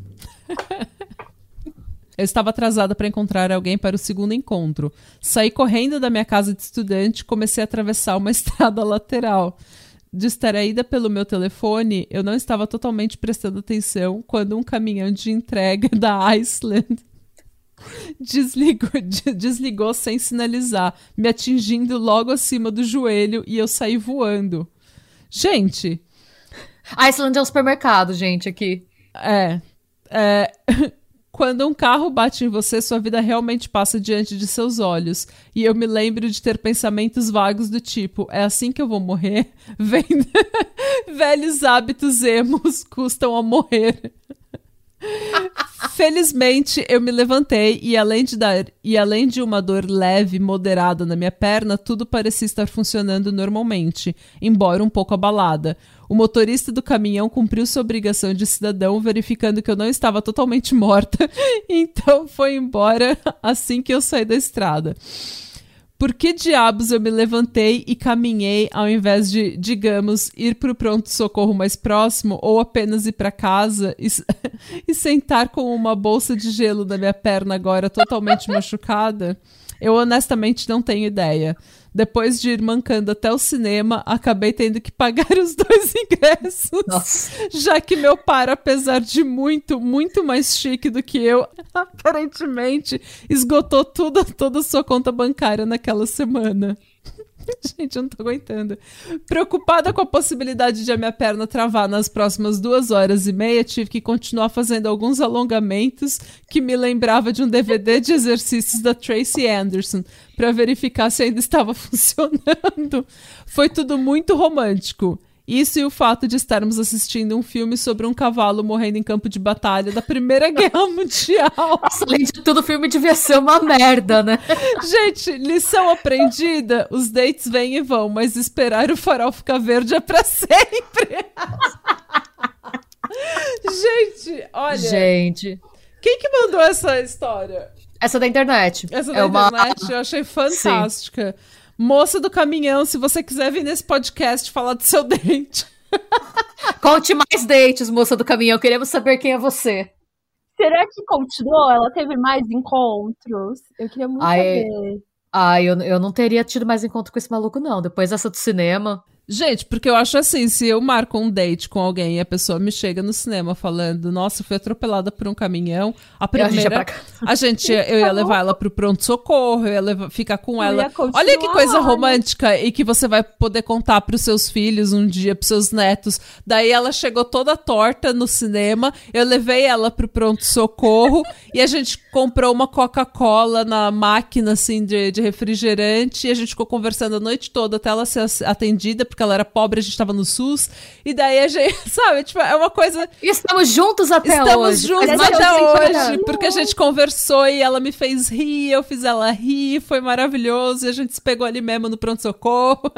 Eu estava atrasada para encontrar alguém para o segundo encontro. Saí correndo da minha casa de estudante e comecei a atravessar uma estrada lateral. Distraída pelo meu telefone, eu não estava totalmente prestando atenção quando um caminhão de entrega da Iceland desligou sem sinalizar, me atingindo logo acima do joelho e eu saí voando. Gente, A Islândia é um supermercado, gente, aqui. Quando um carro bate em você, sua vida realmente passa diante de seus olhos. E eu me lembro de ter pensamentos vagos do tipo, é assim que eu vou morrer? Velhos hábitos emos custam a morrer. Felizmente, eu me levantei e além de uma dor leve, moderada na minha perna, tudo parecia estar funcionando normalmente, embora um pouco abalada. O motorista do caminhão cumpriu sua obrigação de cidadão, verificando que eu não estava totalmente morta, então foi embora assim que eu saí da estrada. Por que diabos eu me levantei e caminhei ao invés de, digamos, ir para o pronto-socorro mais próximo ou apenas ir para casa e sentar com uma bolsa de gelo na minha perna agora totalmente machucada? Eu honestamente não tenho ideia. Depois de ir mancando até o cinema, acabei tendo que pagar os 2 ingressos. Nossa. Já que meu par, apesar de muito, muito mais chique do que eu, aparentemente esgotou toda a sua conta bancária naquela semana. Gente, eu não tô aguentando. Preocupada com a possibilidade de a minha perna travar nas próximas 2h30, tive que continuar fazendo alguns alongamentos que me lembrava de um DVD de exercícios da Tracy Anderson, para verificar se ainda estava funcionando. Foi tudo muito romântico. Isso e o fato de estarmos assistindo um filme sobre um cavalo morrendo em campo de batalha da Primeira Guerra Mundial. Nossa, além de tudo, o filme devia ser uma merda, né? Gente, lição aprendida, os dates vêm e vão, mas esperar o farol ficar verde é pra sempre. Gente, olha... Gente... Quem que mandou essa história? Essa da internet. Essa da internet, eu achei fantástica. Sim. Moça do caminhão, se você quiser vir nesse podcast falar do seu date. Conte mais dates, moça do caminhão. Queremos saber quem é você. Será que continuou? Ela teve mais encontros? Eu queria muito saber. Eu não teria tido mais encontro com esse maluco, não. Depois dessa do cinema... Gente, porque eu acho assim, se eu marco um date com alguém e a pessoa me chega no cinema falando, nossa, fui atropelada por um caminhão, eu ia levar ela pro pronto-socorro, eu ia ficar com ela. Olha que coisa romântica e que você vai poder contar pros seus filhos um dia, pros seus netos. Daí ela chegou toda torta no cinema, eu levei ela pro pronto-socorro e a gente comprou uma Coca-Cola na máquina, assim, de refrigerante e a gente ficou conversando a noite toda até ela ser atendida, porque ela era pobre, a gente tava no SUS, e daí a gente, sabe, tipo, é uma coisa... E estamos juntos até hoje. Porque a gente conversou e ela me fez rir, eu fiz ela rir, foi maravilhoso, e a gente se pegou ali mesmo no pronto-socorro.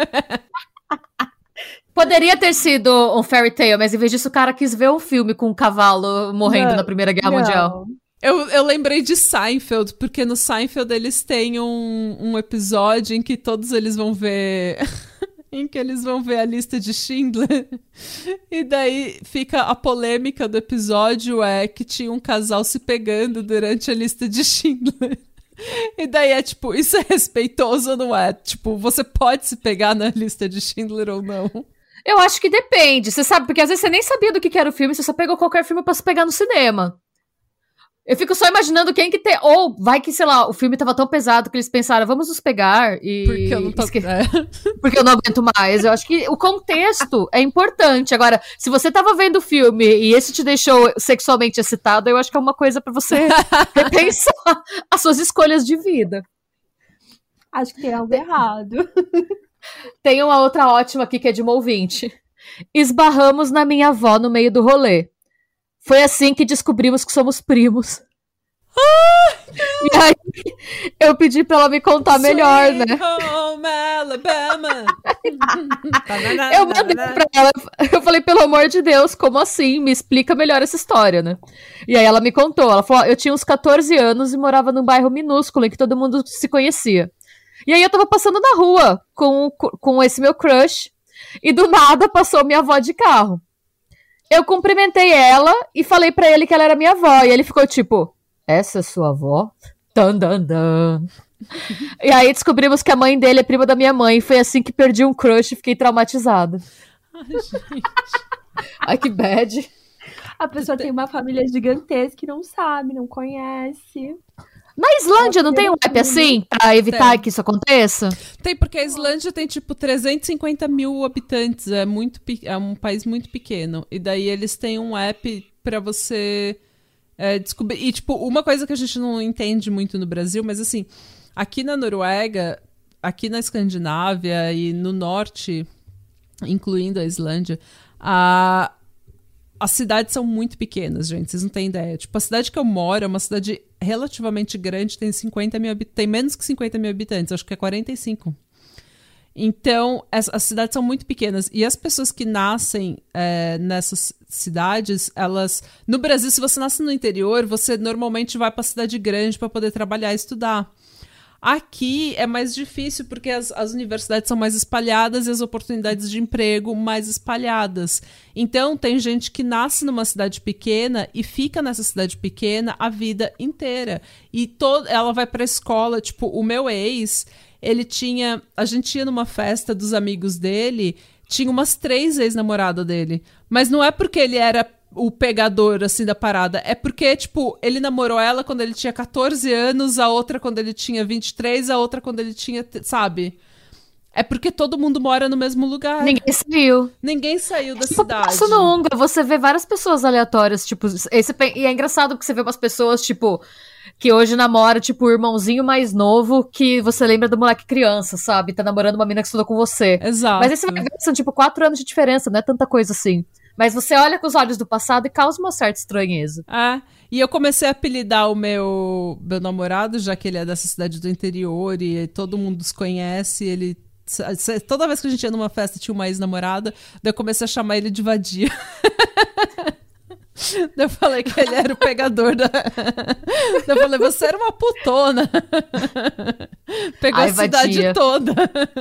Poderia ter sido um fairy tale, mas em vez disso o cara quis ver um filme com um cavalo morrendo na Primeira Guerra Mundial. Eu lembrei de Seinfeld, porque no Seinfeld eles têm um episódio em que todos eles vão ver... em que eles vão ver a lista de Schindler. E daí fica a polêmica do episódio que tinha um casal se pegando durante a lista de Schindler. E daí é tipo, isso é respeitoso ou não é? Tipo, você pode se pegar na lista de Schindler ou não? Eu acho que depende, você sabe, porque às vezes você nem sabia do que era o filme, você só pegou qualquer filme pra se pegar no cinema. Eu fico só imaginando quem que tem... Ou vai que, sei lá, o filme tava tão pesado que eles pensaram, vamos nos pegar e... Porque eu não tô... Porque eu não aguento mais. Eu acho que o contexto é importante. Agora, se você tava vendo o filme e esse te deixou sexualmente excitado, eu acho que é uma coisa pra você repensar as suas escolhas de vida. Acho que tem algo errado. Tem uma outra ótima aqui que é de uma ouvinte. Esbarramos na minha avó no meio do rolê. Foi assim que descobrimos que somos primos. E aí, eu pedi pra ela me contar melhor, né? Home, Alabama. Eu mandei pra ela, eu falei, pelo amor de Deus, como assim? Me explica melhor essa história, né? E aí ela me contou, ela falou, eu tinha uns 14 anos e morava num bairro minúsculo em que todo mundo se conhecia. E aí eu tava passando na rua com esse meu crush e do nada passou minha avó de carro. Eu cumprimentei ela e falei pra ele que ela era minha avó. E ele ficou tipo, essa é sua avó? Dan, dan, dan. E aí descobrimos que a mãe dele é prima da minha mãe. E foi assim que perdi um crush e fiquei traumatizada. Ai, gente. Ai, que bad. A pessoa tem uma família gigantesca e não sabe, não conhece. Na Islândia não tem um app assim pra evitar que isso aconteça? Tem, porque a Islândia tem tipo 350 mil habitantes, é um país muito pequeno. E daí eles têm um app pra você descobrir. E tipo, uma coisa que a gente não entende muito no Brasil, mas assim, aqui na Noruega, aqui na Escandinávia e no norte, incluindo a Islândia, as cidades são muito pequenas, gente. Vocês não têm ideia. Tipo, a cidade que eu moro é uma cidade relativamente grande, tem 50 mil habitantes. Tem menos que 50 mil habitantes, acho que é 45. Então, as cidades são muito pequenas. E as pessoas que nascem nessas cidades, elas... No Brasil, se você nasce no interior, você normalmente vai para a cidade grande para poder trabalhar e estudar. Aqui é mais difícil porque as universidades são mais espalhadas e as oportunidades de emprego mais espalhadas. Então, tem gente que nasce numa cidade pequena e fica nessa cidade pequena a vida inteira. E ela vai pra escola, tipo, o meu ex, a gente ia numa festa dos amigos dele, tinha umas 3 ex-namoradas dele. Mas não é porque ele era o pegador, assim, da parada. É porque, tipo, ele namorou ela quando ele tinha 14 anos, a outra quando ele tinha 23, a outra quando ele tinha, sabe? É porque todo mundo mora no mesmo lugar. Ninguém saiu da cidade. Isso no Unga, você vê várias pessoas aleatórias, tipo... E é engraçado porque você vê umas pessoas, tipo... Que hoje namora, tipo, o irmãozinho mais novo que você lembra do moleque criança, sabe? Tá namorando uma mina que estudou com você. Exato. Mas aí você vai ver, são, tipo, 4 anos de diferença, não é tanta coisa assim. Mas você olha com os olhos do passado e causa uma certa estranheza. E eu comecei a apelidar o meu namorado, já que ele é dessa cidade do interior e todo mundo os conhece. Toda vez que a gente ia numa festa tinha uma ex-namorada, daí eu comecei a chamar ele de vadia. Daí eu falei que ele era o pegador da... Daí eu falei, você era uma putona. Pegou a cidade vadia. Toda.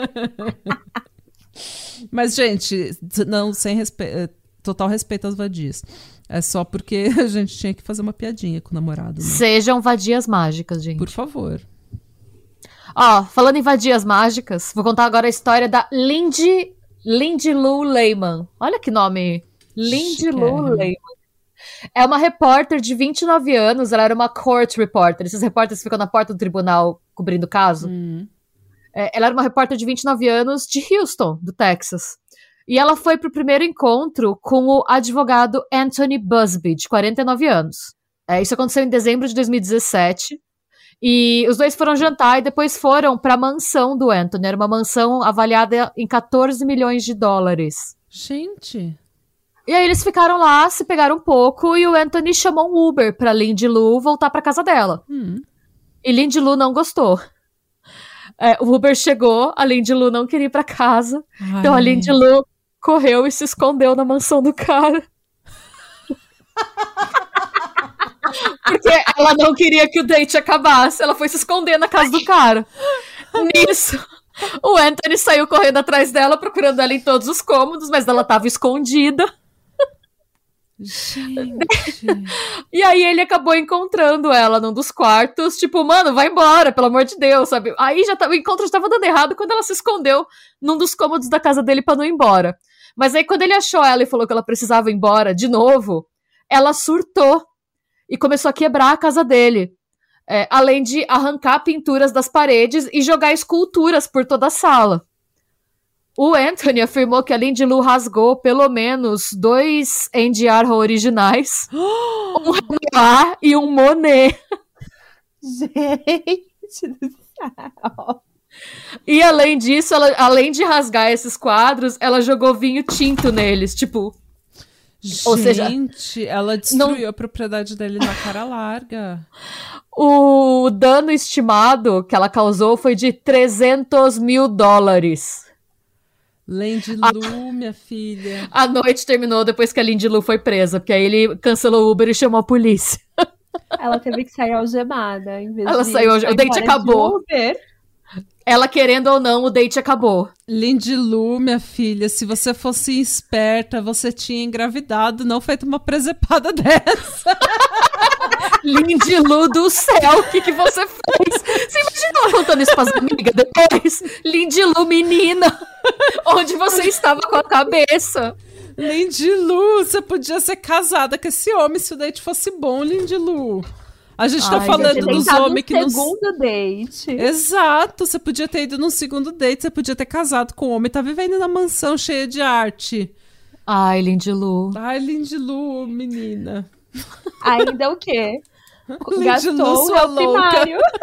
Mas, gente, não, sem respeito... Total respeito às vadias. É só porque a gente tinha que fazer uma piadinha com o namorado. Né? Sejam vadias mágicas, gente. Por favor. Ó, falando em vadias mágicas, vou contar agora a história da Lindy Lou Lehman. Olha que nome. Lindy Lou Lehman. É uma repórter de 29 anos, ela era uma court reporter. Esses repórteres ficam na porta do tribunal cobrindo o caso. Ela era uma repórter de 29 anos de Houston, do Texas. E ela foi pro primeiro encontro com o advogado Anthony Busby, de 49 anos. Isso aconteceu em dezembro de 2017. E os dois foram jantar e depois foram pra mansão do Anthony. Era uma mansão avaliada em 14 milhões de dólares. Gente... E aí eles ficaram lá, se pegaram um pouco, e o Anthony chamou um Uber pra Lindy Lou voltar pra casa dela. E Lindy Lou não gostou. O Uber chegou, a Lindy Lou não queria ir pra casa. Então a Lindy Lou correu e se escondeu na mansão do cara. Porque ela não queria que o date acabasse. Ela foi se esconder na casa do cara. Nisso, o Anthony saiu correndo atrás dela, procurando ela em todos os cômodos, mas ela tava escondida. Gente. E aí ele acabou encontrando ela num dos quartos, tipo, mano, vai embora, pelo amor de Deus, sabe? Aí o encontro já tava dando errado quando ela se escondeu num dos cômodos da casa dele pra não ir embora. Mas aí quando ele achou ela e falou que ela precisava ir embora de novo, ela surtou e começou a quebrar a casa dele. Além de arrancar pinturas das paredes e jogar esculturas por toda a sala. O Anthony afirmou que a Lindy Lou rasgou pelo menos 2 Andy Warhol originais, um Renoir e um Monet. Gente do céu. E além disso, além de rasgar esses quadros, ela jogou vinho tinto neles, tipo... Gente, ou seja, ela destruiu a propriedade dele na cara larga. O dano estimado que ela causou foi de $300 mil. Lindy Lou, minha filha. A noite terminou depois que a Lindy Lou foi presa, porque aí ele cancelou o Uber e chamou a polícia. Ela teve que sair algemada. Em vez ela de saiu, o date acabou. Ela querendo ou não, o date acabou. Lindy Lou, minha filha, se você fosse esperta, você tinha engravidado, não feito uma presepada dessa. Lindy Lou do céu, o que você fez? Você imaginou contando isso pras amigas depois? Lindy Lou, menina, onde você estava com a cabeça? Lindy Lou, você podia ser casada com esse homem se o date fosse bom, Lindy Lou. A gente tá falando dos homens que não... segundo date. Exato, você podia ter ido num segundo date, você podia ter casado com um homem, tá vivendo na mansão cheia de arte. Ai, Lindy Lu. Ai, Lindy Lu, menina. Ainda o quê? Lindy Lu, sua louca.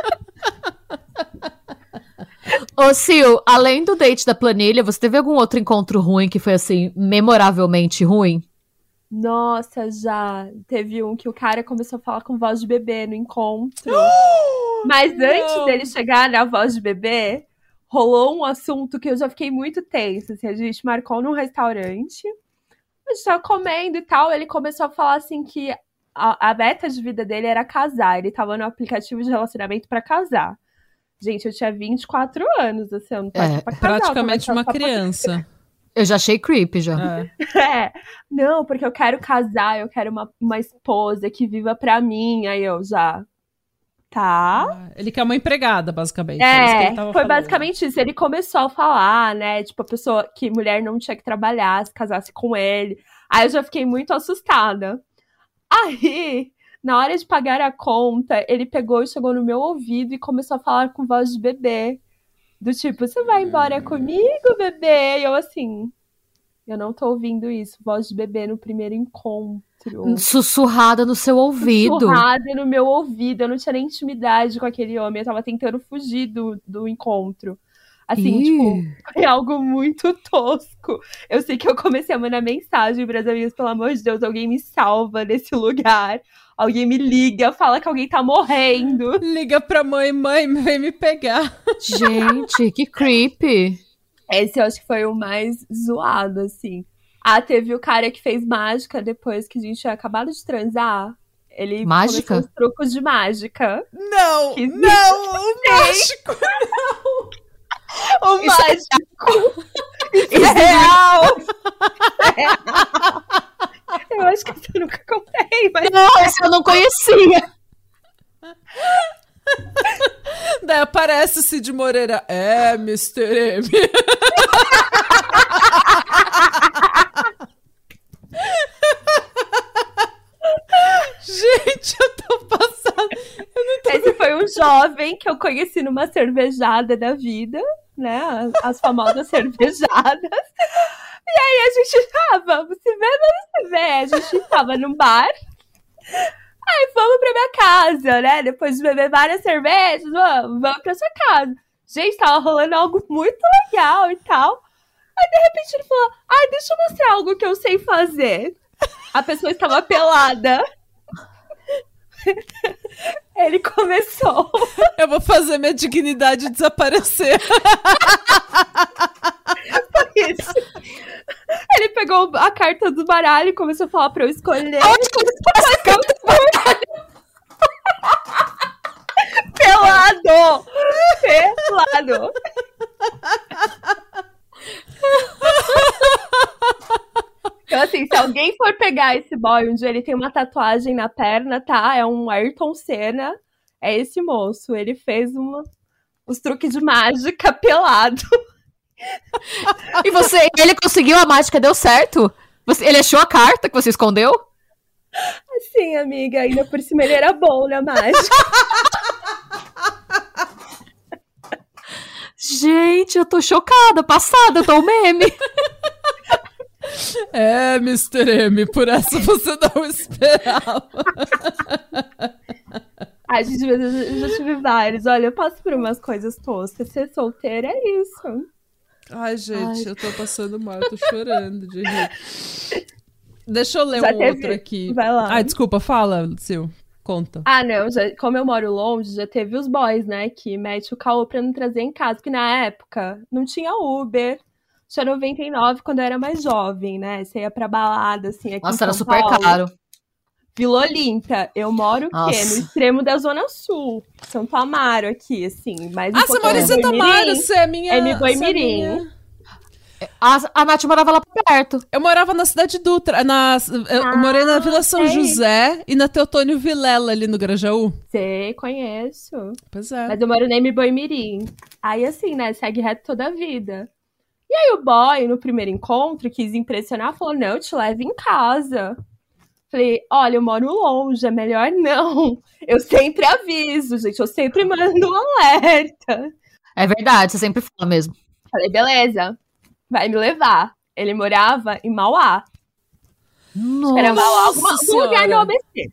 Ô, Sil, além do date da planilha, você teve algum outro encontro ruim que foi, assim, memoravelmente ruim? Nossa, já. Teve um que o cara começou a falar com voz de bebê no encontro. Mas antes dele chegar na voz de bebê, rolou um assunto que eu já fiquei muito tensa. Assim, a gente marcou num restaurante, a gente tava comendo e tal, ele começou a falar assim que a meta de vida dele era casar. Ele tava no aplicativo de relacionamento pra casar. Gente, eu tinha 24 anos, assim, eu não tava pra casar. Praticamente uma criança. Eu já achei creepy, já. Não, porque eu quero casar, eu quero uma esposa que viva pra mim. Aí eu já... Tá. Ele quer uma empregada, basicamente. Foi basicamente isso. Ele começou a falar, né? Tipo, a pessoa que mulher não tinha que trabalhar se casasse com ele. Aí eu já fiquei muito assustada. Aí, na hora de pagar a conta, ele pegou e chegou no meu ouvido e começou a falar com voz de bebê. Do tipo, você vai embora comigo, bebê? E eu assim, eu não tô ouvindo isso. Voz de bebê no primeiro encontro. Sussurrada no seu ouvido. Sussurrada no meu ouvido. Eu não tinha nem intimidade com aquele homem. Eu tava tentando fugir do encontro. Assim, tipo, foi algo muito tosco. Eu sei que eu comecei a mandar mensagem pras amigas, pelo amor de Deus, alguém me salva nesse lugar. Alguém me liga, fala que alguém tá morrendo. Liga pra mãe, vem me pegar. Gente, que creepy. Esse eu acho que foi o mais zoado, assim. Ah, teve o cara que fez mágica depois que a gente tinha acabado de transar. Ele mágica? começou os trucos de mágica. Não, o mágico não. O mágico. Isso é real. Eu acho que eu nunca contei, mas... Não, esse eu não conhecia. Daí aparece o Cid Moreira. Mr. M. Gente, eu tô passada. Esse foi um jovem que eu conheci numa cervejada da vida, né? As famosas cervejadas. E aí a gente vamos se ver. A gente tava num bar. Aí vamos pra minha casa, né? Depois de beber várias cervejas, vamos pra sua casa. Gente, tava rolando algo muito legal e tal. Aí de repente ele falou, deixa eu mostrar algo que eu sei fazer. A pessoa estava pelada. Ele começou. Eu vou fazer minha dignidade desaparecer. Foi isso. Ele pegou a carta do baralho e começou a falar pra eu escolher. Onde que ele pôs a carta do baralho? Pelado! Pelado! Então, assim, se alguém for pegar esse boy um dia, ele tem uma tatuagem na perna, tá? É um Ayrton Senna. É esse moço. Ele fez os truques de mágica pelado. E ele conseguiu a mágica, deu certo? Ele achou a carta que você escondeu? Sim, amiga. Ainda por cima ele era bom na mágica. Gente, eu tô chocada, passada, eu tô um meme. Mr. M, por essa você não esperava. Ai, gente, eu já tive vários. Olha, eu passo por umas coisas toscas. Ser solteira é isso. Ai, gente, eu tô passando mal, eu tô chorando de rir. Deixa eu ler outro aqui. Vai lá. Ai, desculpa, fala, Sil. Conta. Não, como eu moro longe, já teve os boys, né, que mete o caô pra não trazer em casa, porque na época não tinha Uber, tinha 99 quando eu era mais jovem, né, você ia pra balada, assim, aqui nossa, em era São super Paulo. caro. Vila Olímpia, eu moro o quê? No extremo da Zona Sul, Santo Amaro aqui, assim, mas... você mora em Santo Amaro, você é minha... É Boimirim. A Nath morava lá perto. Eu morava na Cidade Dutra. Eu morei na Vila São José e na Teotônio Vilela, ali no Grajaú. Sei, conheço. Pois é. Mas eu moro na Boimirim. Aí, assim, né, segue reto toda a vida. E aí o boy, no primeiro encontro, quis impressionar, falou, não, eu te levo em casa. Falei, olha, eu moro longe, é melhor não. Eu sempre aviso, gente, eu sempre mando um alerta. É verdade, você sempre fala mesmo. Falei, beleza, vai me levar. Ele morava em Mauá. Nossa, era Mauá, algum lugar no ABC.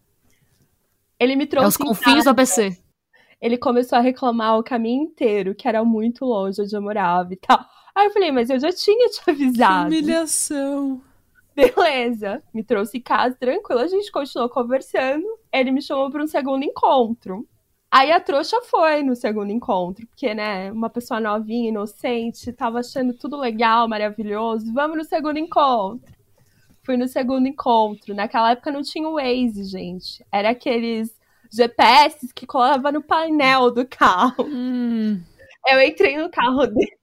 Ele me trouxe os confins do ABC. Ele começou a reclamar o caminho inteiro, que era muito longe onde eu morava e tal. Aí eu falei, mas eu já tinha te avisado. Que humilhação. Beleza, me trouxe em casa, tranquilo, a gente continuou conversando. Ele me chamou para um segundo encontro. Aí a trouxa foi no segundo encontro, porque, né, uma pessoa novinha, inocente, tava achando tudo legal, maravilhoso. Vamos no segundo encontro. Fui no segundo encontro. Naquela época não tinha o Waze, gente. Era aqueles GPS que colava no painel do carro. Eu entrei no carro dele.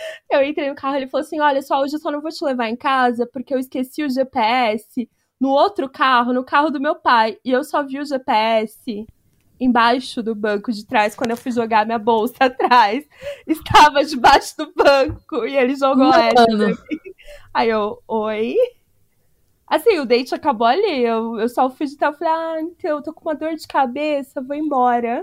Ele falou assim, olha só, hoje eu só não vou te levar em casa porque eu esqueci o GPS no outro carro, no carro do meu pai. E eu só vi o GPS embaixo do banco de trás quando eu fui jogar minha bolsa atrás. Estava debaixo do banco e ele jogou essa. Aí eu, oi? Assim, o date acabou ali. Eu só fui de tal, falei, então, eu tô com uma dor de cabeça, vou embora.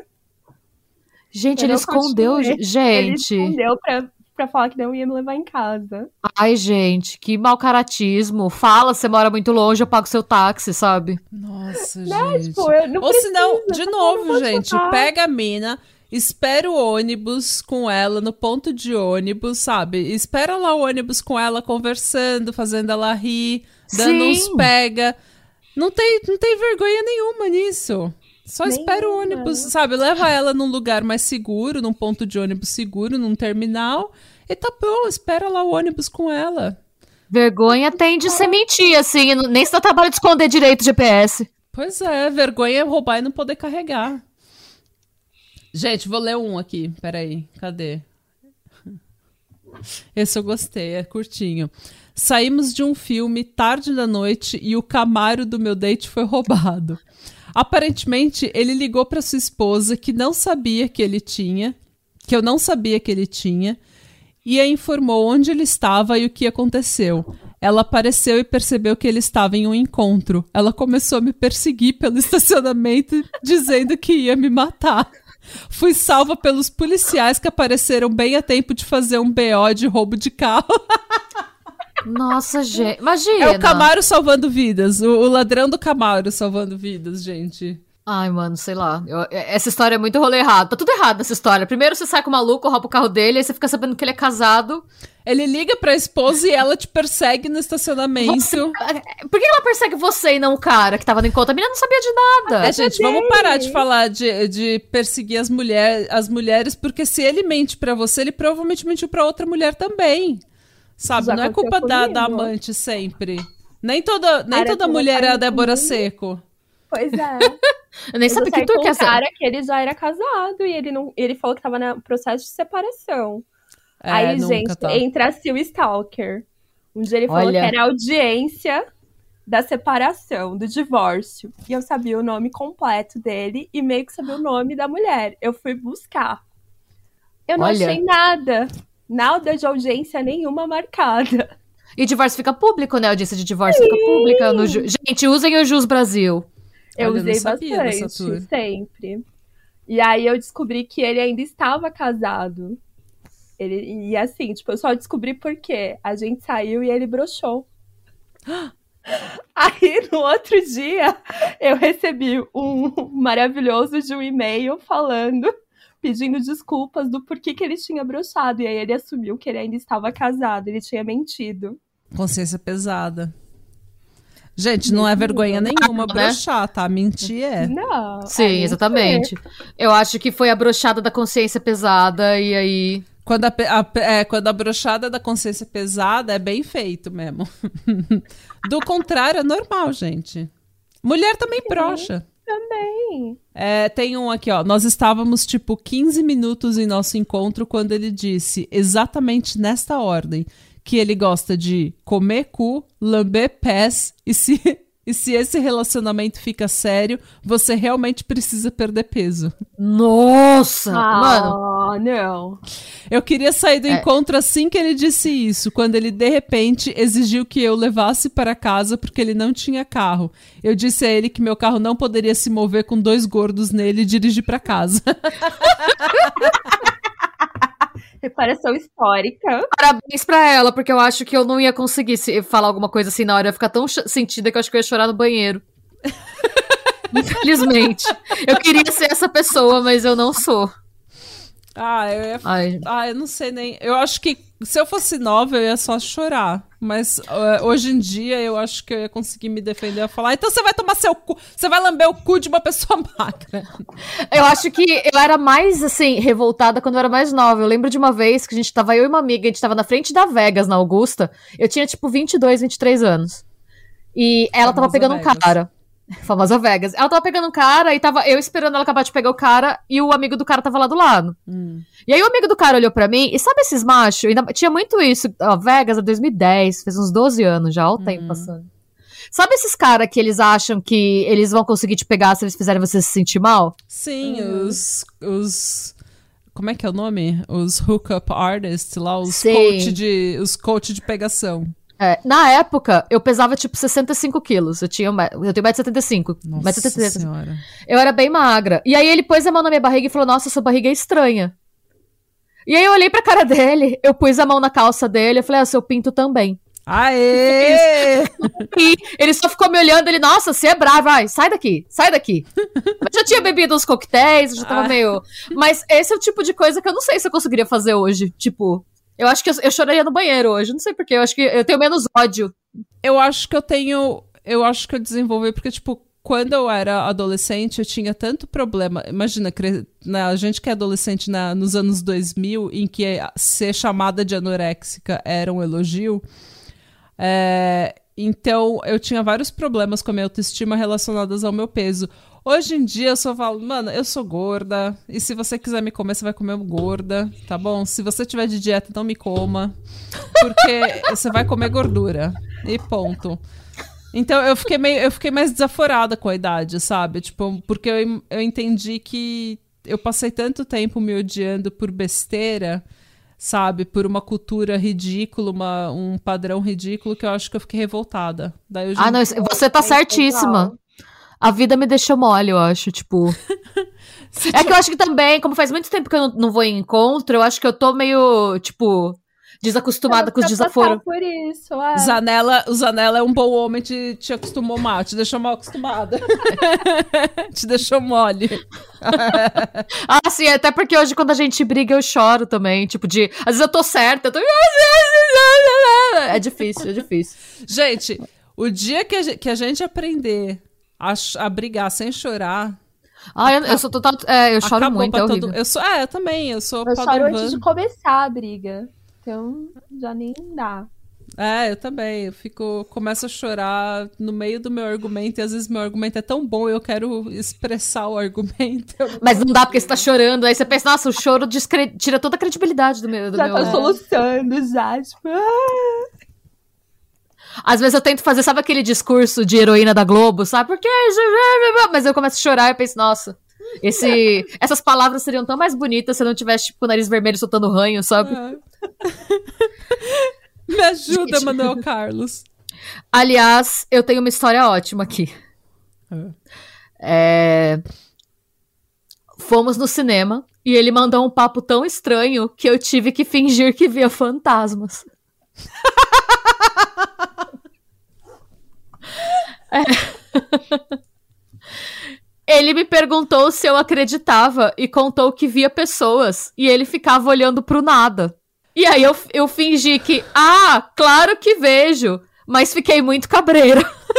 Gente, ele escondeu, gente. Ele escondeu pra falar que não ia me levar em casa. Ai, gente, que mau caratismo. Fala, você mora muito longe, eu pago seu táxi, sabe? Nossa, né? gente. Tipo, eu não Ou preciso, senão, de novo, gente, chutar. pega a mina, espera o ônibus com ela no ponto de ônibus, sabe? Espera lá o ônibus com ela conversando, fazendo ela rir, dando uns pega. Não tem vergonha nenhuma nisso. Só espera o ônibus, sabe? Leva ela num lugar mais seguro, num ponto de ônibus seguro, num terminal. E tá bom, espera lá o ônibus com ela. Vergonha tem de ser mentir, assim. Nem se dá trabalho de esconder direito o GPS. Pois é, vergonha é roubar e não poder carregar. Gente, vou ler um aqui. Peraí, cadê? Esse eu gostei, é curtinho. Saímos de um filme tarde da noite e o Camaro do meu date foi roubado. Aparentemente, ele ligou para sua esposa que eu não sabia que ele tinha, e a informou onde ele estava e o que aconteceu. Ela apareceu e percebeu que ele estava em um encontro. Ela começou a me perseguir pelo estacionamento, dizendo que ia me matar. Fui salva pelos policiais que apareceram bem a tempo de fazer um BO de roubo de carro. Nossa, gente, imagina. É o Camaro salvando vidas. O ladrão do Camaro salvando vidas, gente. Ai, mano, sei lá. Essa história é muito rolê errado. Tá tudo errado nessa história. Primeiro você sai com o maluco, rouba o carro dele, aí você fica sabendo que ele é casado. Ele liga pra esposa e ela te persegue no estacionamento. Por que ela persegue você e não o cara que tava no encontro? A menina não sabia de nada. Gente, vamos parar de falar de perseguir as mulheres, porque se ele mente pra você, ele provavelmente mentiu pra outra mulher também. Sabe? Já não é culpa da amante sempre. Nem toda mulher é a Débora Seco. Pois é. Eu nem sabia que tu quer ser. cara que ele já era casado e ele falou que tava no processo de separação. Aí, gente, entra-se o stalker. Um dia ele falou que era a audiência da separação, do divórcio. E eu sabia o nome completo dele e meio que sabia o nome da mulher. Eu fui buscar. Eu não achei nada de audiência nenhuma marcada. E divórcio fica público, né? A audiência de divórcio fica pública. Gente, usem o Jus Brasil. Eu usei bastante, sempre. E aí eu descobri que ele ainda estava casado. E assim, tipo, eu só descobri porque a gente saiu e ele broxou. Aí, no outro dia, eu recebi um maravilhoso de um e-mail pedindo desculpas do porquê que ele tinha broxado. E aí ele assumiu que ele ainda estava casado, ele tinha mentido. Consciência pesada. Gente, não é vergonha nenhuma broxar, tá? Mentir é. Não. Sim, exatamente. Eu acho que foi a broxada da consciência pesada e aí... Quando a broxada da consciência pesada é bem feito mesmo. Do contrário, é normal, gente. Mulher também broxa. Também. Tem um aqui, ó. Nós estávamos, 15 minutos em nosso encontro quando ele disse, exatamente nesta ordem, que ele gosta de comer cu, lamber pés e se E se esse relacionamento fica sério, você realmente precisa perder peso. Nossa! Mano. Não. Eu queria sair do encontro assim que ele disse isso, quando ele, de repente, exigiu que eu levasse para casa porque ele não tinha carro. Eu disse a ele que meu carro não poderia se mover com 2 gordos nele e dirigir para casa. Reparação histórica. Parabéns pra ela, porque eu acho que eu não ia conseguir falar alguma coisa assim na hora. Eu ia ficar tão sentida que eu acho que eu ia chorar no banheiro. Infelizmente. Eu queria ser essa pessoa, mas eu não sou. Eu não sei nem. Eu acho que se eu fosse nova, eu ia só chorar. Mas hoje em dia, eu acho que eu ia conseguir me defender e falar: então você vai tomar seu cu, você vai lamber o cu de uma pessoa magra. Eu acho que eu era mais, assim, revoltada quando eu era mais nova. Eu lembro de uma vez que eu e uma amiga, a gente tava na frente da Vegas, na Augusta. Eu tinha, tipo, 22, 23 anos. E ela tava pegando um cara. Famosa Vegas. Ela tava pegando um cara e tava eu esperando ela acabar de pegar o cara e o amigo do cara tava lá do lado. E aí o amigo do cara olhou pra mim e sabe esses machos? Tinha muito isso. Ó, Vegas é 2010, fez uns 12 anos já, olha o tempo passando. Sabe esses caras que eles acham que eles vão conseguir te pegar se eles fizerem você se sentir mal? Sim, os como é que é o nome? Os hookup artists lá, os coach de pegação. Na época, eu pesava tipo 65 quilos. Eu tenho 1,75m. Nossa senhora. Eu era bem magra. E aí ele pôs a mão na minha barriga e falou: nossa, sua barriga é estranha. E aí eu olhei pra cara dele, eu pus a mão na calça dele, eu falei: seu pinto também. Aê! E ele só ficou me olhando, ele: nossa, você é brava, vai, sai daqui, sai daqui. Eu já tinha bebido uns coquetéis, eu já tava meio... Mas esse é o tipo de coisa que eu não sei se eu conseguiria fazer hoje, tipo... Eu acho que eu choraria no banheiro hoje, não sei porquê, eu acho que eu tenho menos ódio. Eu acho que eu desenvolvi, porque, tipo, quando eu era adolescente, eu tinha tanto problema. Imagina, a gente que é adolescente nos anos 2000, em que ser chamada de anoréxica era um elogio, então eu tinha vários problemas com a minha autoestima relacionados ao meu peso. Hoje em dia eu só falo: mano, eu sou gorda, e se você quiser me comer, você vai comer gorda, tá bom? Se você tiver de dieta, não me coma, porque você vai comer gordura, e ponto. Então eu fiquei mais desaforada com a idade, sabe? Tipo, porque eu entendi que eu passei tanto tempo me odiando por besteira, sabe? Por uma cultura ridícula, um padrão ridículo, que eu acho que eu fiquei revoltada. Daí não, você tá certíssima. A vida me deixou mole, eu acho, tipo... que eu acho que também, como faz muito tempo que eu não vou em encontro, eu acho que eu tô meio, tipo, desacostumada com os desaforos. Por isso, O Zanella é um bom homem, te acostumou mal, te deixou mal acostumada. Te deixou mole. Sim, até porque hoje quando a gente briga eu choro também, tipo, às vezes eu tô certa, É difícil. Gente, o dia que a gente aprender a brigar sem chorar... eu sou total... eu choro muito, é horrível. Eu também, eu sou Eu choro antes de começar a briga. Então, já nem dá. Eu também. Começo a chorar no meio do meu argumento, e às vezes meu argumento é tão bom e eu quero expressar o argumento. Mas não dá porque você tá chorando, aí você pensa: nossa, o choro tira toda a credibilidade do meu... Já tá soluçando, já, tipo... Às vezes eu tento fazer, sabe aquele discurso de heroína da Globo, sabe? Porque... Mas eu começo a chorar e eu penso: nossa, essas palavras seriam tão mais bonitas se eu não tivesse, tipo, o nariz vermelho soltando ranho, sabe? Me ajuda, Manuel Carlos. Aliás, eu tenho uma história ótima aqui. Fomos no cinema e ele mandou um papo tão estranho que eu tive que fingir que via fantasmas. Ele me perguntou se eu acreditava e contou que via pessoas e ele ficava olhando pro nada. E aí eu fingi que, claro que vejo, mas fiquei muito cabreira.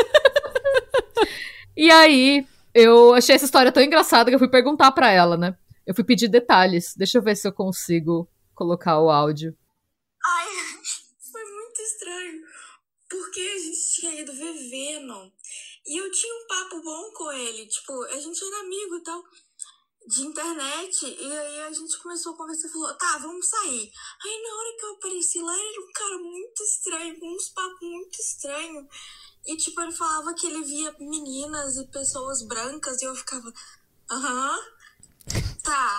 E aí eu achei essa história tão engraçada que eu fui perguntar pra ela, né? Eu fui pedir detalhes. Deixa eu ver se eu consigo colocar o áudio. Foi muito estranho, porque a gente tinha ido ver Venom e eu tinha um papo bom com ele, tipo, a gente era amigo e tal, de internet, e aí a gente começou a conversar e falou: tá, vamos sair. Aí na hora que eu apareci lá, ele era um cara muito estranho, com uns papos muito estranhos. E, tipo, ele falava que ele via meninas e pessoas brancas e eu ficava, tá.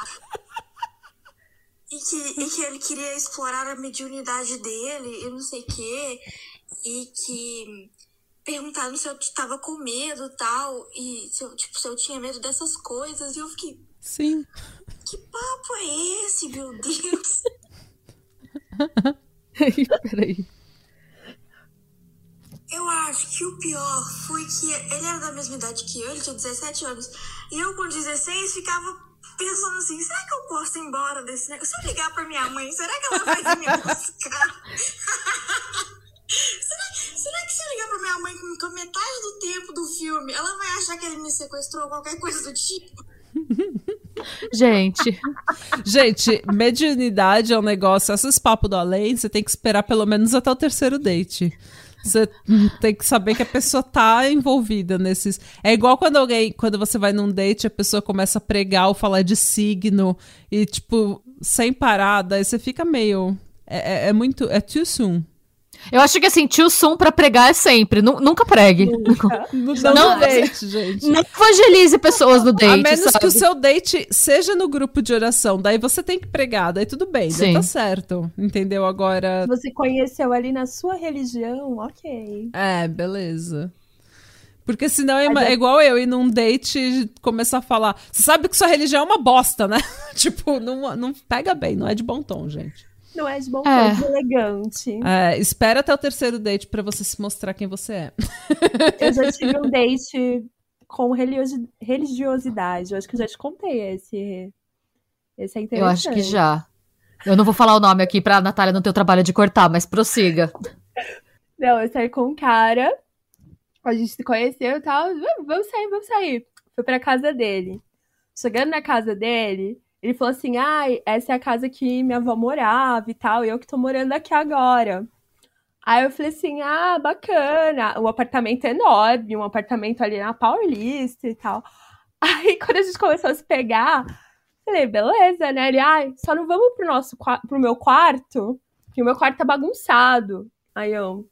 E que ele queria explorar a mediunidade dele e não sei o quê. E que perguntaram se eu tava com medo e tal. E se eu tinha medo dessas coisas. E eu fiquei... Sim. Que papo é esse, meu Deus? Peraí. Eu acho que o pior foi que ele era da mesma idade que eu, ele tinha 17 anos. E eu, com 16, ficava pensando assim, será que eu posso ir embora desse negócio? Se eu ligar pra minha mãe, será que ela vai vir me buscar? Será que se eu ligar pra minha mãe com metade do tempo do filme, ela vai achar que ele me sequestrou ou qualquer coisa do tipo? Gente, mediunidade é um negócio, esses papos do além, você tem que esperar pelo menos até o terceiro date. Você tem que saber que a pessoa tá envolvida nesses... É igual quando você vai num date, a pessoa começa a pregar ou falar de signo e, tipo, sem parada, aí você fica meio... É muito... É too soon. eu acho que assim, too soon pra pregar é sempre. Nunca pregue. Não date, gente. Não evangelize pessoas no date, a menos sabe? que o seu date seja no grupo de oração. Daí você tem que pregar, daí tudo bem, daí tá certo. Entendeu? Agora... Você conheceu ali na sua religião, ok. É, beleza. Porque senão é igual eu ir num date e começar a falar... Você sabe que sua religião é uma bosta, né? Tipo, não pega bem, não é de bom tom, gente. Não é de bom tom, é de elegante. Espera até o terceiro date pra você se mostrar quem você é. Eu já tive um date com religiosidade. Eu acho que eu já te contei esse é interessante. Eu acho que já. Eu não vou falar o nome aqui pra Natália não ter o trabalho de cortar, mas prossiga. Não, eu saí com um cara, a gente se conheceu e tal, vamos sair. Fui pra casa dele. Chegando na casa dele, ele falou assim, essa é a casa que minha avó morava e tal, e eu que tô morando aqui agora. Aí eu falei assim, bacana, o apartamento é enorme, um apartamento ali na Paulista e tal. Aí quando a gente começou a se pegar, falei, beleza, né? Ele, só não vamos pro meu quarto, que o meu quarto tá bagunçado. Aí eu,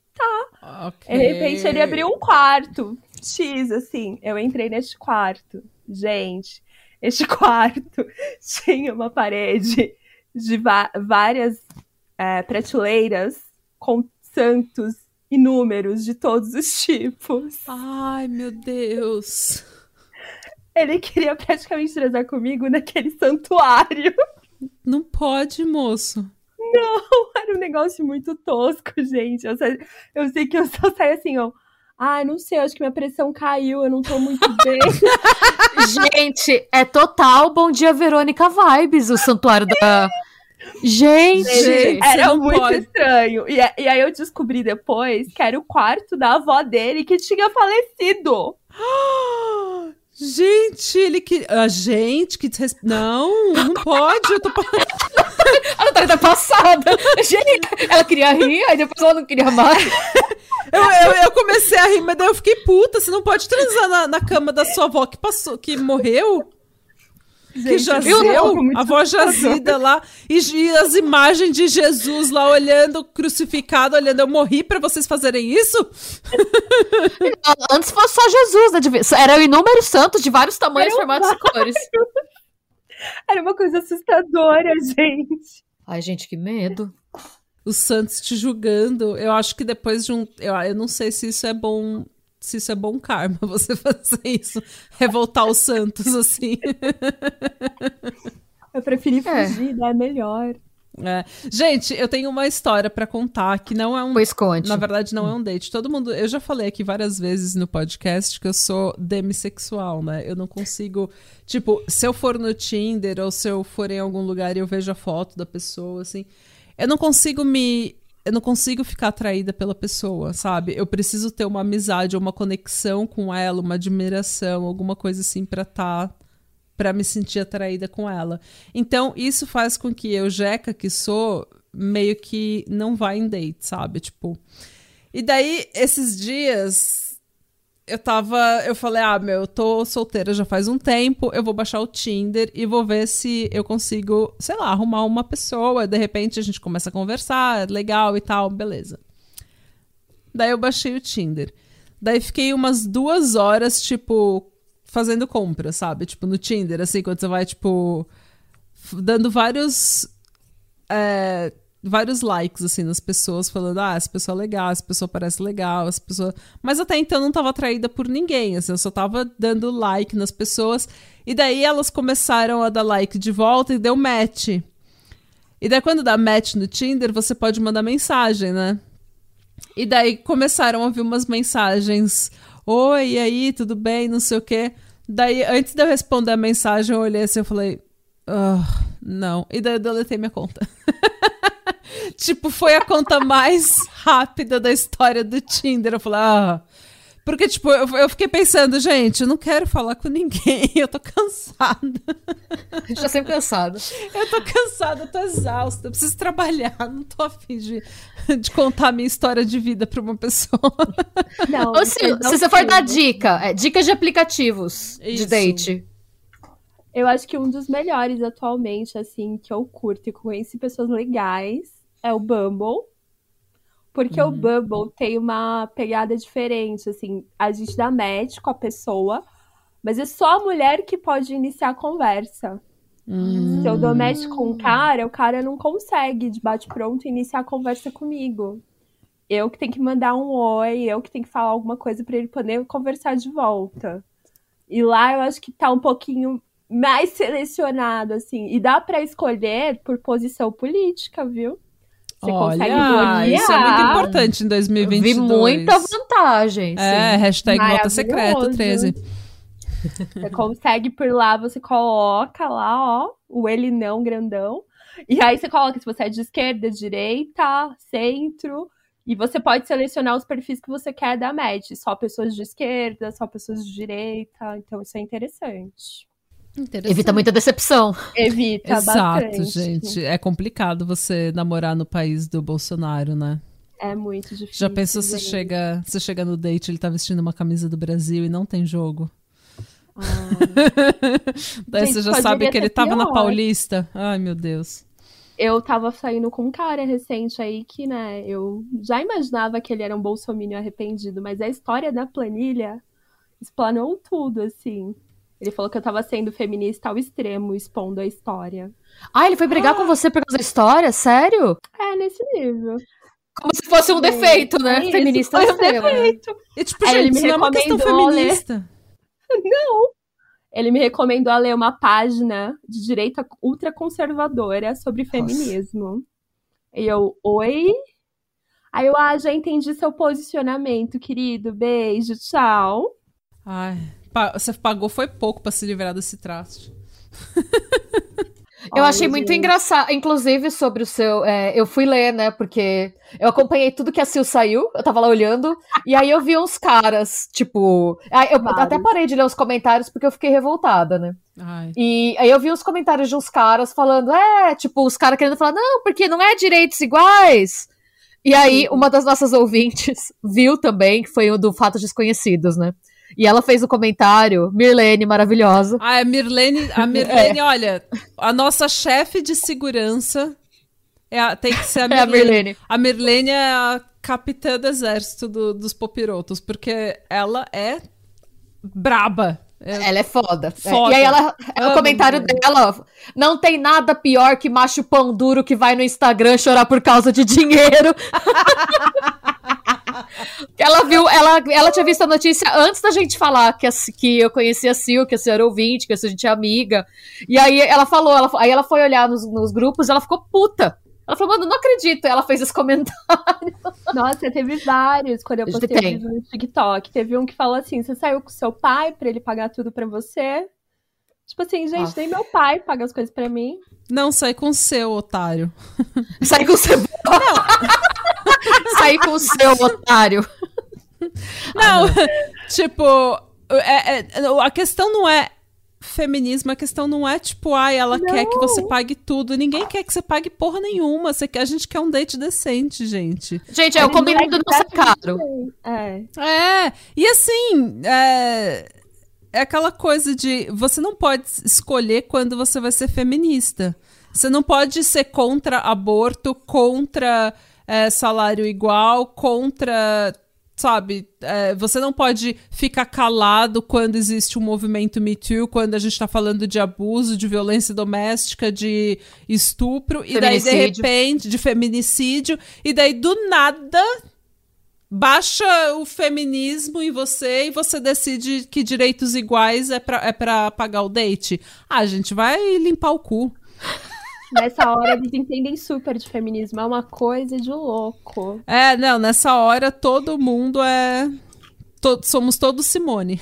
tá. Okay. De repente ele abriu um quarto, X, assim, eu entrei neste quarto. Gente, este quarto tinha uma parede de várias prateleiras com santos inúmeros de todos os tipos. Ai, meu Deus. Ele queria praticamente transar comigo naquele santuário. Não pode, moço. Não, era um negócio muito tosco, gente. Eu sei que eu só saí assim, ó. Não sei, acho que minha pressão caiu, eu não tô muito bem. Gente, é total Bom Dia Verônica vibes, o santuário da... Gente, era muito estranho. E aí eu descobri depois que era o quarto da avó dele que tinha falecido. Gente, ele que... Não pode, eu tô... A Natália tá passada. Gente, ela queria rir, aí depois ela não queria mais. Eu comecei a rir, mas daí eu fiquei puta. Você não pode transar na cama da sua avó que morreu? Gente, que jazeu, a avó jazida lá, e as imagens de Jesus lá olhando, crucificado, olhando, eu morri pra vocês fazerem isso? Antes fosse só Jesus, né? Eram inúmeros santos de vários tamanhos, formatos e cores. Era uma coisa assustadora, gente. Ai, gente, que medo. Os santos te julgando. Eu acho que depois de eu não sei se isso é bom... Se isso é bom karma, você fazer isso. Revoltar os santos, assim. Eu preferi fugir, é melhor. Gente, eu tenho uma história pra contar que não é um... Pois conte. Na verdade, não é um date. Todo mundo... Eu já falei aqui várias vezes no podcast que eu sou demissexual, né? Eu não consigo... Tipo, se eu for no Tinder ou se eu for em algum lugar e eu vejo a foto da pessoa, assim... Eu não consigo ficar atraída pela pessoa, sabe? Eu preciso ter uma amizade, uma conexão com ela, uma admiração, alguma coisa assim pra me sentir atraída com ela. Então, isso faz com que eu, jeca que sou, meio que não vá em date, sabe? Tipo... E daí, esses dias... Eu falei, eu tô solteira já faz um tempo, eu vou baixar o Tinder e vou ver se eu consigo, sei lá, arrumar uma pessoa, de repente a gente começa a conversar, legal e tal, beleza. Daí eu baixei o Tinder. Daí fiquei umas 2 horas, tipo, fazendo compra, sabe? Tipo, no Tinder, assim, quando você vai, tipo, dando vários likes, assim, nas pessoas, falando, essa pessoa é legal, essa pessoa parece legal, essa pessoa... Mas até então eu não tava atraída por ninguém, assim, eu só tava dando like nas pessoas. E daí elas começaram a dar like de volta e deu match. E daí quando dá match no Tinder, você pode mandar mensagem, né? E daí começaram a vir umas mensagens. Oi, e aí, tudo bem? Não sei o quê. Daí, antes de eu responder a mensagem, eu olhei assim e falei... não. E daí eu deletei minha conta. Tipo, foi a conta mais rápida da história do Tinder. Eu falei, Porque, tipo, eu fiquei pensando, gente, eu não quero falar com ninguém, eu tô cansada. Já sempre cansada. Eu tô cansada, eu tô exausta, eu preciso trabalhar, não tô afim de contar a minha história de vida pra uma pessoa. Não, ou se você for dar dicas de aplicativos de date. Eu acho que um dos melhores atualmente, assim, que eu curto e conheci pessoas legais, é o Bumble. Porque o Bumble tem uma pegada diferente, assim, a gente dá match com a pessoa, mas é só a mulher que pode iniciar a conversa. Se eu dou match com o cara não consegue, de bate-pronto, iniciar a conversa comigo. Eu que tenho que mandar um oi, eu que tenho que falar alguma coisa pra ele poder conversar de volta. E lá eu acho que tá um pouquinho mais selecionado, assim, e dá pra escolher por posição política, viu? Você consegue bloquear. Isso é muito importante em 2022. Vi muita vantagem. Hashtag Vota Secreto 13. Você consegue por lá, você coloca lá, o ele não grandão. E aí você coloca se você é de esquerda, direita, centro. E você pode selecionar os perfis que você quer dar match. Só pessoas de esquerda, só pessoas de direita. Então isso é interessante. Evita muita decepção. Evita bastante. Exato, gente. É complicado você namorar no país do Bolsonaro, né? É muito difícil. Já pensou se você chega no date, ele tá vestindo uma camisa do Brasil e não tem jogo? Daí gente, você já sabe que ele tava na Paulista. Ai, meu Deus. Eu tava saindo com um cara recente aí que, né, eu já imaginava que ele era um bolsominion arrependido, mas a história da planilha explanou tudo, assim. Ele falou que eu tava sendo feminista ao extremo, expondo a história. Ele foi brigar com você por causa da história? Sério? É, nesse nível. Como se fosse um defeito, né? Feminista ao extremo. Defeito. E tipo, gente, ele me não é uma questão feminista. Não. Ele me recomendou a ler uma página de direita ultraconservadora sobre feminismo. E eu, oi? Aí eu, já entendi seu posicionamento, querido. Beijo, tchau. Ai... Você pagou foi pouco pra se livrar desse traste. Eu achei muito engraçado, inclusive sobre o seu... eu fui ler, né, porque eu acompanhei tudo que a Sil saiu, eu tava lá olhando, e aí eu vi uns caras, tipo... Eu até parei de ler os comentários porque eu fiquei revoltada, né? E aí eu vi uns comentários de uns caras falando, tipo, os caras querendo falar, não, porque não é direitos iguais. E aí uma das nossas ouvintes viu também, que foi o do Fatos Desconhecidos, né? E ela fez um comentário, Mirlene, maravilhosa. A Mirlene, olha, a nossa chefe de segurança tem que ser a Mirlene. A Mirlene. A Mirlene é a capitã do exército dos popirotos, porque ela é braba. Ela é foda. E aí o comentário dela, não tem nada pior que macho pão duro que vai no Instagram chorar por causa de dinheiro. Ela tinha visto a notícia antes da gente falar que eu conhecia a Sil, que a Sil era ouvinte, que a gente é amiga. E aí ela falou, aí ela foi olhar nos grupos e ela ficou puta. Ela falou, mano, não acredito. Ela fez esse comentário. Nossa, teve vários quando eu postei o vídeo no TikTok. Teve um que falou assim, você saiu com seu pai pra ele pagar tudo pra você? Tipo assim, gente, nem meu pai paga as coisas pra mim. Não, sai com o seu, otário. Sai com o seu... Sair com o seu, otário. Não, tipo, a questão não é feminismo, a questão não é tipo, ela quer que você pague tudo. Ninguém quer que você pague porra nenhuma. A gente quer um date decente, gente. Gente, o combinado não é caro. E assim, é aquela coisa de você não pode escolher quando você vai ser feminista. Você não pode ser contra aborto, contra salário igual, contra sabe, você não pode ficar calado quando existe um movimento Me Too, quando a gente tá falando de abuso, de violência doméstica, de estupro, e daí, de repente, de feminicídio, e daí, do nada, baixa o feminismo em você e você decide que direitos iguais é pra pagar o date. A gente vai limpar o cu. Nessa hora eles entendem super de feminismo, é uma coisa de louco. Não, nessa hora todo mundo somos todos Simone.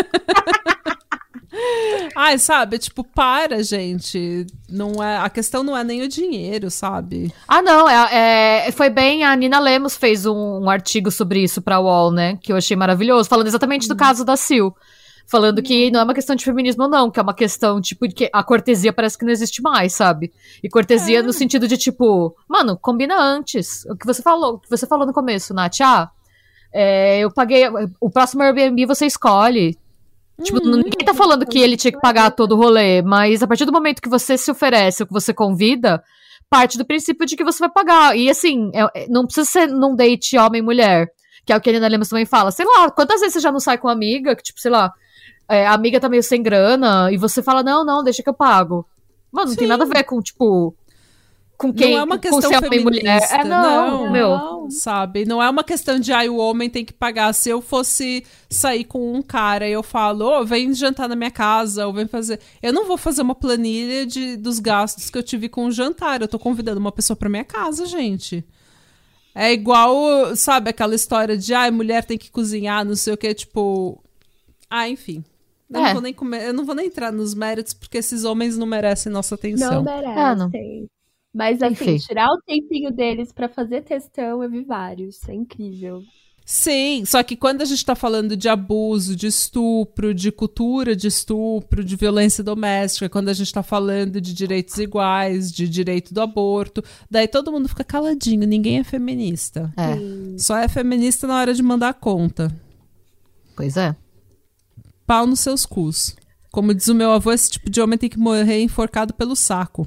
Ai, sabe, tipo, para, gente. A questão não é nem o dinheiro, sabe? Não, foi bem, a Nina Lemos fez um artigo sobre isso pra UOL, né, que eu achei maravilhoso, falando exatamente do caso da Sil. Falando que não é uma questão de feminismo, não, que é uma questão, tipo, de que a cortesia parece que não existe mais, sabe? E cortesia no sentido de, tipo, mano, combina antes. O que você falou no começo, Nath. Eu paguei, o próximo Airbnb você escolhe. Tipo, ninguém tá falando que ele tinha que pagar todo o rolê, mas a partir do momento que você se oferece, ou que você convida, parte do princípio de que você vai pagar. E assim, não precisa ser num date homem-mulher, que é o que a Nina Lemos também fala. Sei lá, quantas vezes você já não sai com uma amiga, que tipo, sei lá, a amiga tá meio sem grana, e você fala, não, deixa que eu pago. Mano, não tem nada a ver com, tipo, com quem, não é uma questão feminista, mulher. Não, sabe? Não é uma questão de, o homem tem que pagar. Se eu fosse sair com um cara e eu falo, vem jantar na minha casa, ou vem fazer... Eu não vou fazer uma planilha dos gastos que eu tive com o jantar. Eu tô convidando uma pessoa pra minha casa, gente. É igual, sabe, aquela história de, mulher tem que cozinhar, não sei o que, tipo... enfim... Eu não vou nem entrar nos méritos, porque esses homens não merecem nossa atenção. Não merecem. Mas, assim, tirar o tempinho deles pra fazer textão, eu vi vários. É incrível. Sim, só que quando a gente tá falando de abuso, de estupro, de cultura de estupro, de violência doméstica, quando a gente tá falando de direitos iguais, de direito do aborto, daí todo mundo fica caladinho, ninguém é feminista. Só é feminista na hora de mandar a conta. Pois é. Pau nos seus cus. Como diz o meu avô, esse tipo de homem tem que morrer enforcado pelo saco.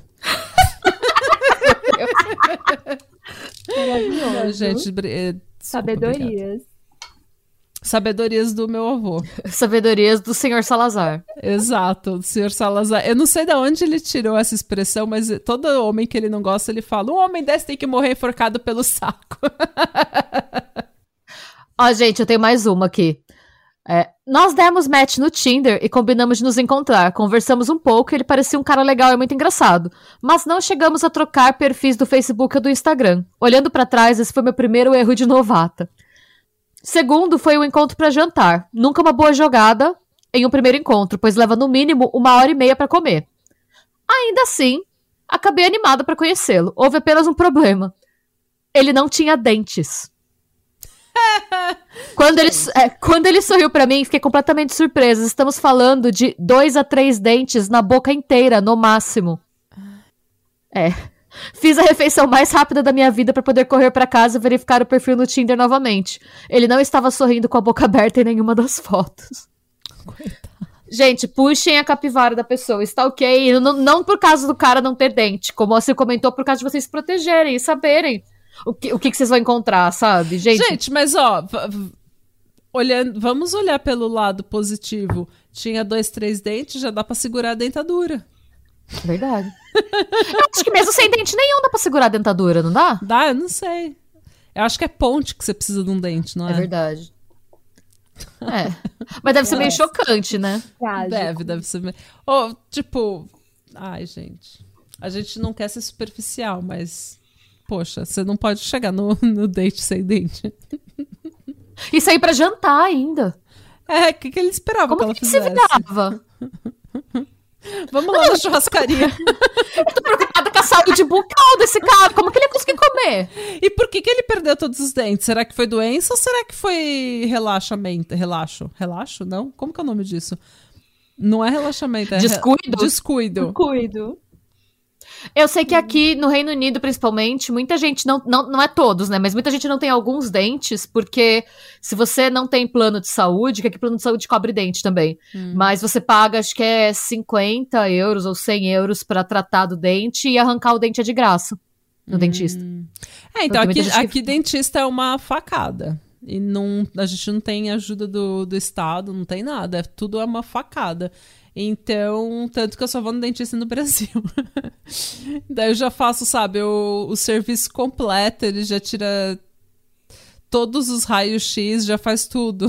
Maravilhoso. Gente, sabedorias. Sabedorias do meu avô. Sabedorias do senhor Salazar. Exato, do senhor Salazar. Eu não sei de onde ele tirou essa expressão, mas todo homem que ele não gosta, ele fala, um homem desse tem que morrer enforcado pelo saco. Gente, eu tenho mais uma aqui. Nós demos match no Tinder e combinamos de nos encontrar. Conversamos um pouco e ele parecia um cara legal e muito engraçado. Mas não chegamos a trocar perfis do Facebook ou do Instagram. Olhando pra trás, esse foi meu primeiro erro de novata. Segundo, foi um encontro pra jantar. Nunca uma boa jogada em um primeiro encontro, pois leva no mínimo 1h30 pra comer. Ainda assim, acabei animada pra conhecê-lo. Houve apenas um problema. Ele não tinha dentes. Quando ele sorriu pra mim, fiquei completamente surpresa. Estamos falando de 2 a 3 dentes na boca inteira, no máximo. Fiz a refeição mais rápida da minha vida pra poder correr pra casa e verificar o perfil no Tinder novamente. Ele não estava sorrindo com a boca aberta em nenhuma das fotos. Coitado. Gente, puxem a capivara da pessoa, está ok. Não por causa do cara não ter dente, como você comentou, por causa de vocês se protegerem e saberem o que vocês vão encontrar, sabe? Gente, mas vamos olhar pelo lado positivo. Tinha 2, 3 dentes, já dá pra segurar a dentadura. Verdade. Eu acho que mesmo sem dente nenhum dá pra segurar a dentadura, não dá? Dá, eu não sei. Eu acho que é ponte que você precisa de um dente, não é? É verdade. Mas deve ser meio chocante, né? Deve ser meio... Ai, gente. A gente não quer ser superficial, mas... Poxa, você não pode chegar no date sem dente. E sair pra jantar ainda. O que ele esperava que ela fizesse? Como que se virava? Vamos lá na churrascaria. Eu tô preocupada com a saúde bucal desse cara. Como que ele ia conseguir comer? E por que ele perdeu todos os dentes? Será que foi doença ou será que foi relaxamento? Relaxo? Não? Como que é o nome disso? Não é relaxamento, é... Descuido? Descuido. Eu sei que aqui no Reino Unido, principalmente, muita gente, não é todos, né? Mas muita gente não tem alguns dentes, porque se você não tem plano de saúde, que aqui plano de saúde cobre dente também, mas você paga, acho que é 50 euros ou 100 euros pra tratar do dente e arrancar o dente é de graça no dentista. Então aqui dentista é uma facada. E a gente não tem ajuda do Estado, não tem nada. Tudo é uma facada. Então, tanto que eu só vou no dentista no Brasil. Daí eu já faço, sabe, o serviço completo, ele já tira todos os raios-x, já faz tudo.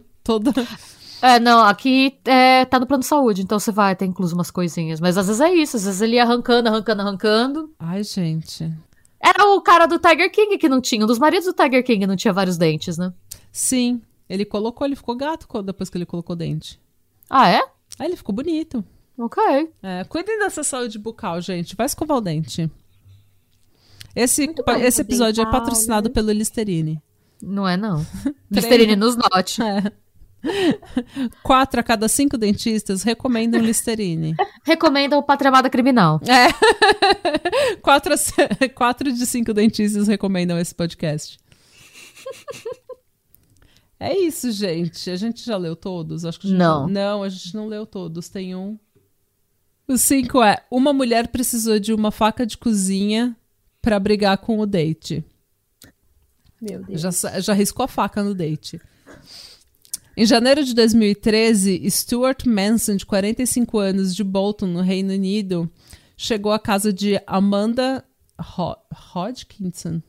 Não, aqui tá no plano de saúde, então você vai ter incluso umas coisinhas. Mas às vezes é isso, às vezes ele ia arrancando. Ai, gente. Era o cara do Tiger King que não tinha, um dos maridos do Tiger King não tinha vários dentes, né? Sim, ele ficou gato depois que ele colocou dente. Ah, é? Aí ele ficou bonito. Ok. Cuidem dessa saúde bucal, gente. Vai escovar o dente. Esse episódio dental, é patrocinado pelo Listerine. Não é, não. Listerine nos note. 4 a cada 5 dentistas recomendam Listerine. Recomendam o Patramada Criminal. 4 de 5 dentistas recomendam esse podcast. É isso, gente. A gente já leu todos? Acho que Não, a gente não leu todos. Tem um. O 5 é: uma mulher precisou de uma faca de cozinha pra brigar com o date. Meu Deus. Já riscou a faca no date. Em janeiro de 2013, Stuart Manson, de 45 anos, de Bolton, no Reino Unido, chegou à casa de Amanda Hodgkinson,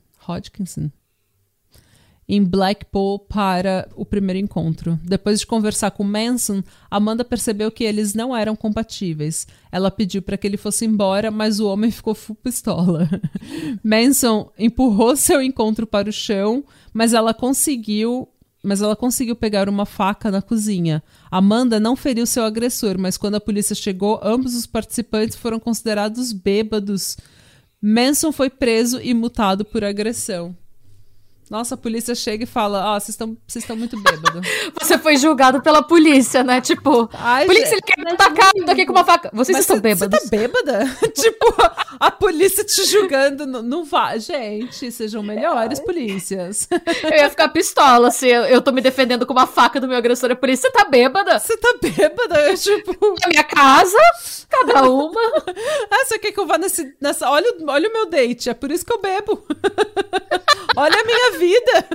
em Blackpool para o primeiro encontro. Depois de conversar com Manson, Amanda percebeu que eles não eram compatíveis. Ela pediu para que ele fosse embora, mas o homem ficou full pistola. Manson empurrou seu encontro para o chão, mas ela conseguiu pegar uma faca na cozinha. Amanda não feriu seu agressor, mas quando a polícia chegou, ambos os participantes foram considerados bêbados. Manson foi preso e multado por agressão. Nossa, a polícia chega e fala: vocês estão muito bêbados. Você foi julgado pela polícia, né? Tipo, polícia, ele quer atacar, tô aqui com uma faca. Vocês estão bêbados. Você tá bêbada? Tipo, a polícia te julgando. Não vai. Gente, sejam melhores polícias. Eu ia ficar pistola se eu tô me defendendo com uma faca do meu agressor. A polícia, você tá bêbada? Você tá bêbada? Tipo... Na minha casa, cada uma. Você quer que eu vá nessa... Olha o meu date, é por isso que eu bebo. Olha a minha vida.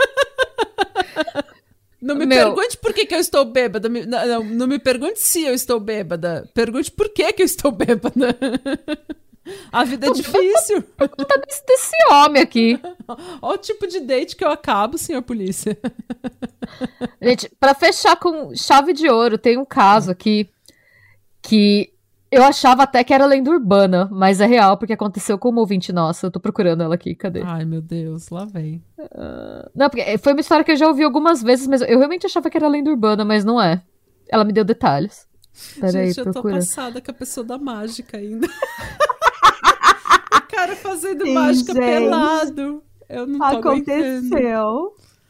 Não me pergunte por que eu estou bêbada. Não me pergunte se eu estou bêbada. Pergunte por que eu estou bêbada. A vida é difícil. Por conta desse homem aqui. Olha o tipo de date que eu acabo, senhor polícia. Gente, pra fechar com chave de ouro, tem um caso aqui que eu achava até que era lenda urbana, mas é real, porque aconteceu com uma ouvinte nossa. Eu tô procurando ela aqui, cadê? Ai, meu Deus, lá vem. Não, porque foi uma história que eu já ouvi algumas vezes, mas eu realmente achava que era lenda urbana, mas não é. Ela me deu detalhes. Peraí, gente, eu tô passada com a pessoa da mágica ainda. O cara fazendo mágica pelado. Eu não tô aguentando.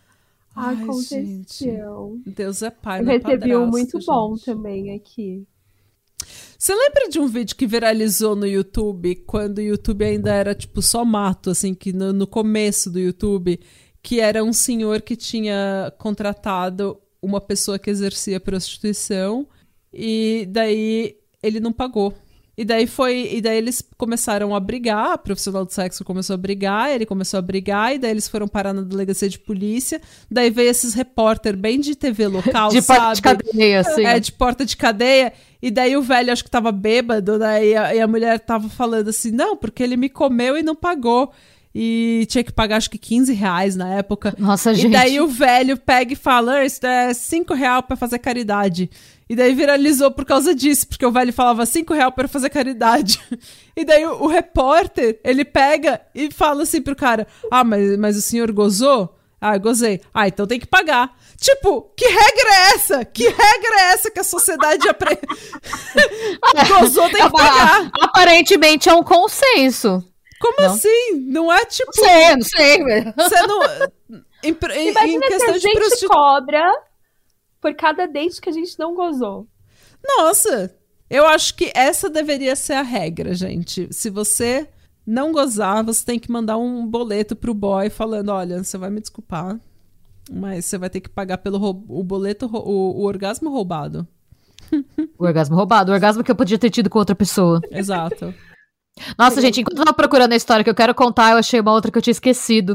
Aconteceu. Gente. Deus é pai, eu recebi um muito bom também aqui. Você lembra de um vídeo que viralizou no YouTube, quando o YouTube ainda era, tipo, só mato, assim, que no começo do YouTube, que era um senhor que tinha contratado uma pessoa que exercia prostituição, e daí ele não pagou. E daí eles começaram a brigar, a profissional do sexo começou a brigar, ele começou a brigar, e daí eles foram parar na delegacia de polícia, daí veio esses repórter bem de TV local, de sabe? Porta de cadeia, assim. De porta de cadeia, e daí o velho acho que tava bêbado, daí a mulher tava falando assim, não, porque ele me comeu e não pagou. E tinha que pagar acho que R$15 na época. Nossa, gente. E daí o velho pega e fala, isso é R$5 pra fazer caridade. E daí viralizou por causa disso, porque o velho falava R$5 para fazer caridade. E daí o repórter, ele pega e fala assim pro cara, mas o senhor gozou? Ah, gozei. Ah, então tem que pagar. Tipo, que regra é essa? Que regra é essa que a sociedade aprende? Gozou, tem que pagar. Aparentemente é um consenso. Como não? Assim? Não é tipo... Não sei. Você não... Imagina em questão se a gente cobra por cada date que a gente não gozou. Nossa, eu acho que essa deveria ser a regra, gente. Se você não gozar, você tem que mandar um boleto pro boy falando, olha, você vai me desculpar, mas você vai ter que pagar pelo o boleto, o orgasmo roubado. O orgasmo roubado, o orgasmo que eu podia ter tido com outra pessoa. Exato. Nossa, gente, enquanto eu tava procurando a história que eu quero contar, eu achei uma outra que eu tinha esquecido.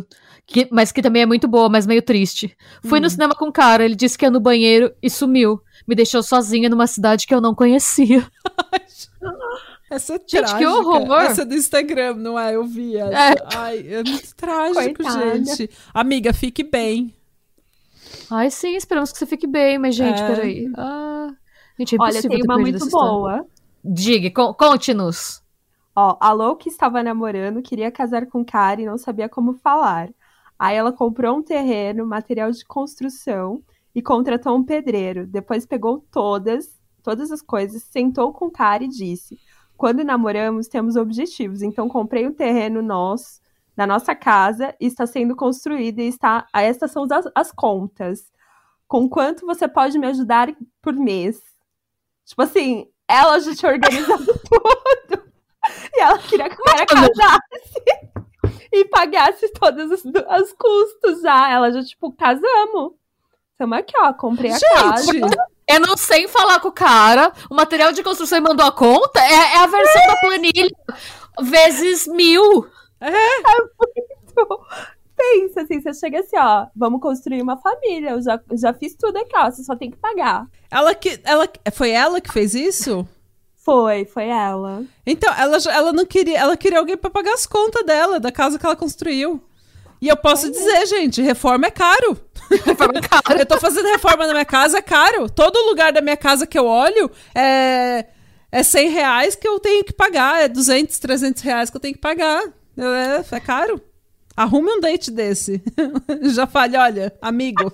mas que também é muito boa, mas meio triste. Fui no cinema com um cara, ele disse que ia no banheiro e sumiu. Me deixou sozinha numa cidade que eu não conhecia. Essa é Gente, trágica. que horror. Essa é do Instagram, não é? Eu vi essa. Ai, é muito trágico, Coitada. gente. Amiga, fique bem. Ai, sim, esperamos que você fique bem, mas, gente, peraí. Gente, é Olha, impossível tem ter uma perdido muito essa história. boa. Diga, conte-nos. Ó, a Lou que estava namorando, queria casar com o cara e não sabia como falar. Aí ela comprou um terreno, material de construção e contratou um pedreiro. Depois pegou todas as coisas, sentou com o cara e disse: quando namoramos, temos objetivos. Então comprei um terreno na nossa casa e está sendo construído e estas são as contas. Com quanto você pode me ajudar por mês? Tipo assim, ela já tinha organizado tudo. E ela queria que o cara casasse e pagasse todos os custos já. Ela já, tipo, casamos. Estamos aqui, ó, comprei a casa. Eu não sei falar com o cara, o material de construção e mandou a conta, é a versão da planilha vezes 1000. Muito. Pensa assim, você chega assim, ó, vamos construir uma família, eu já fiz tudo aqui, ó, você só tem que pagar. Foi ela que fez isso? Foi ela. Então, ela não queria, ela queria alguém pra pagar as contas dela, da casa que ela construiu. E eu posso dizer, gente, reforma é caro. Reforma é caro. Eu tô fazendo reforma na minha casa, é caro. Todo lugar da minha casa que eu olho é R$100 que eu tenho que pagar, é R$200, R$300 que eu tenho que pagar. É caro. Arrume um date desse. Já fale, olha, amigo,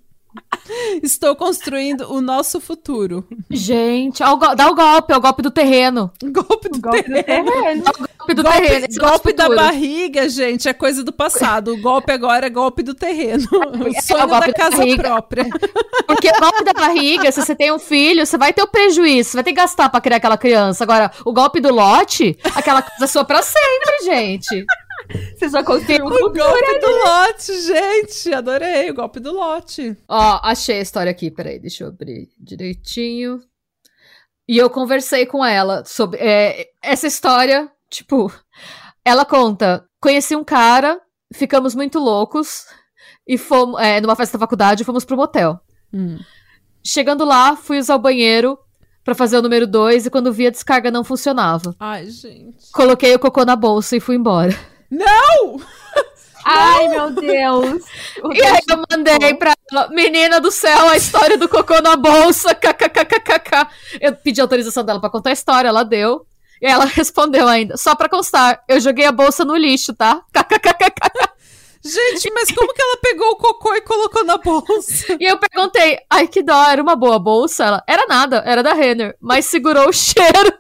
estou construindo o nosso futuro. Gente, dá o golpe, é o golpe do terreno. Golpe do terreno. Golpe do terreno. Esse Golpe da futuro. barriga, gente, é coisa do passado. O golpe agora é golpe do terreno. O sonho golpe da casa barriga. própria. Porque o golpe da barriga, se você tem um filho, você vai ter o prejuízo, você vai ter que gastar pra criar aquela criança. Agora, o golpe do lote, aquela coisa é sua pra sempre, gente. Você já construiu O golpe do lote, gente. Adorei o golpe do lote. Ó, achei a história aqui, peraí, deixa eu abrir direitinho. E eu conversei com ela sobre essa história, tipo, ela conta, conheci um cara, ficamos muito loucos, e fomos, numa festa da faculdade, fomos pro motel. Chegando lá, fui usar o banheiro pra fazer o número 2, e quando vi a descarga não funcionava. Ai, gente. Coloquei o cocô na bolsa e fui embora. Não! Ai, meu Deus. E aí eu mandei pra ela, menina do céu, a história do cocô na bolsa, kkkkkk. Eu pedi autorização dela pra contar a história, ela deu. E ela respondeu ainda, só pra constar, eu joguei a bolsa no lixo, tá? Kkkkkk. Gente, mas como que ela pegou o cocô e colocou na bolsa? E eu perguntei, ai que dó, era uma boa bolsa? Ela, era nada, era da Renner, mas segurou o cheiro.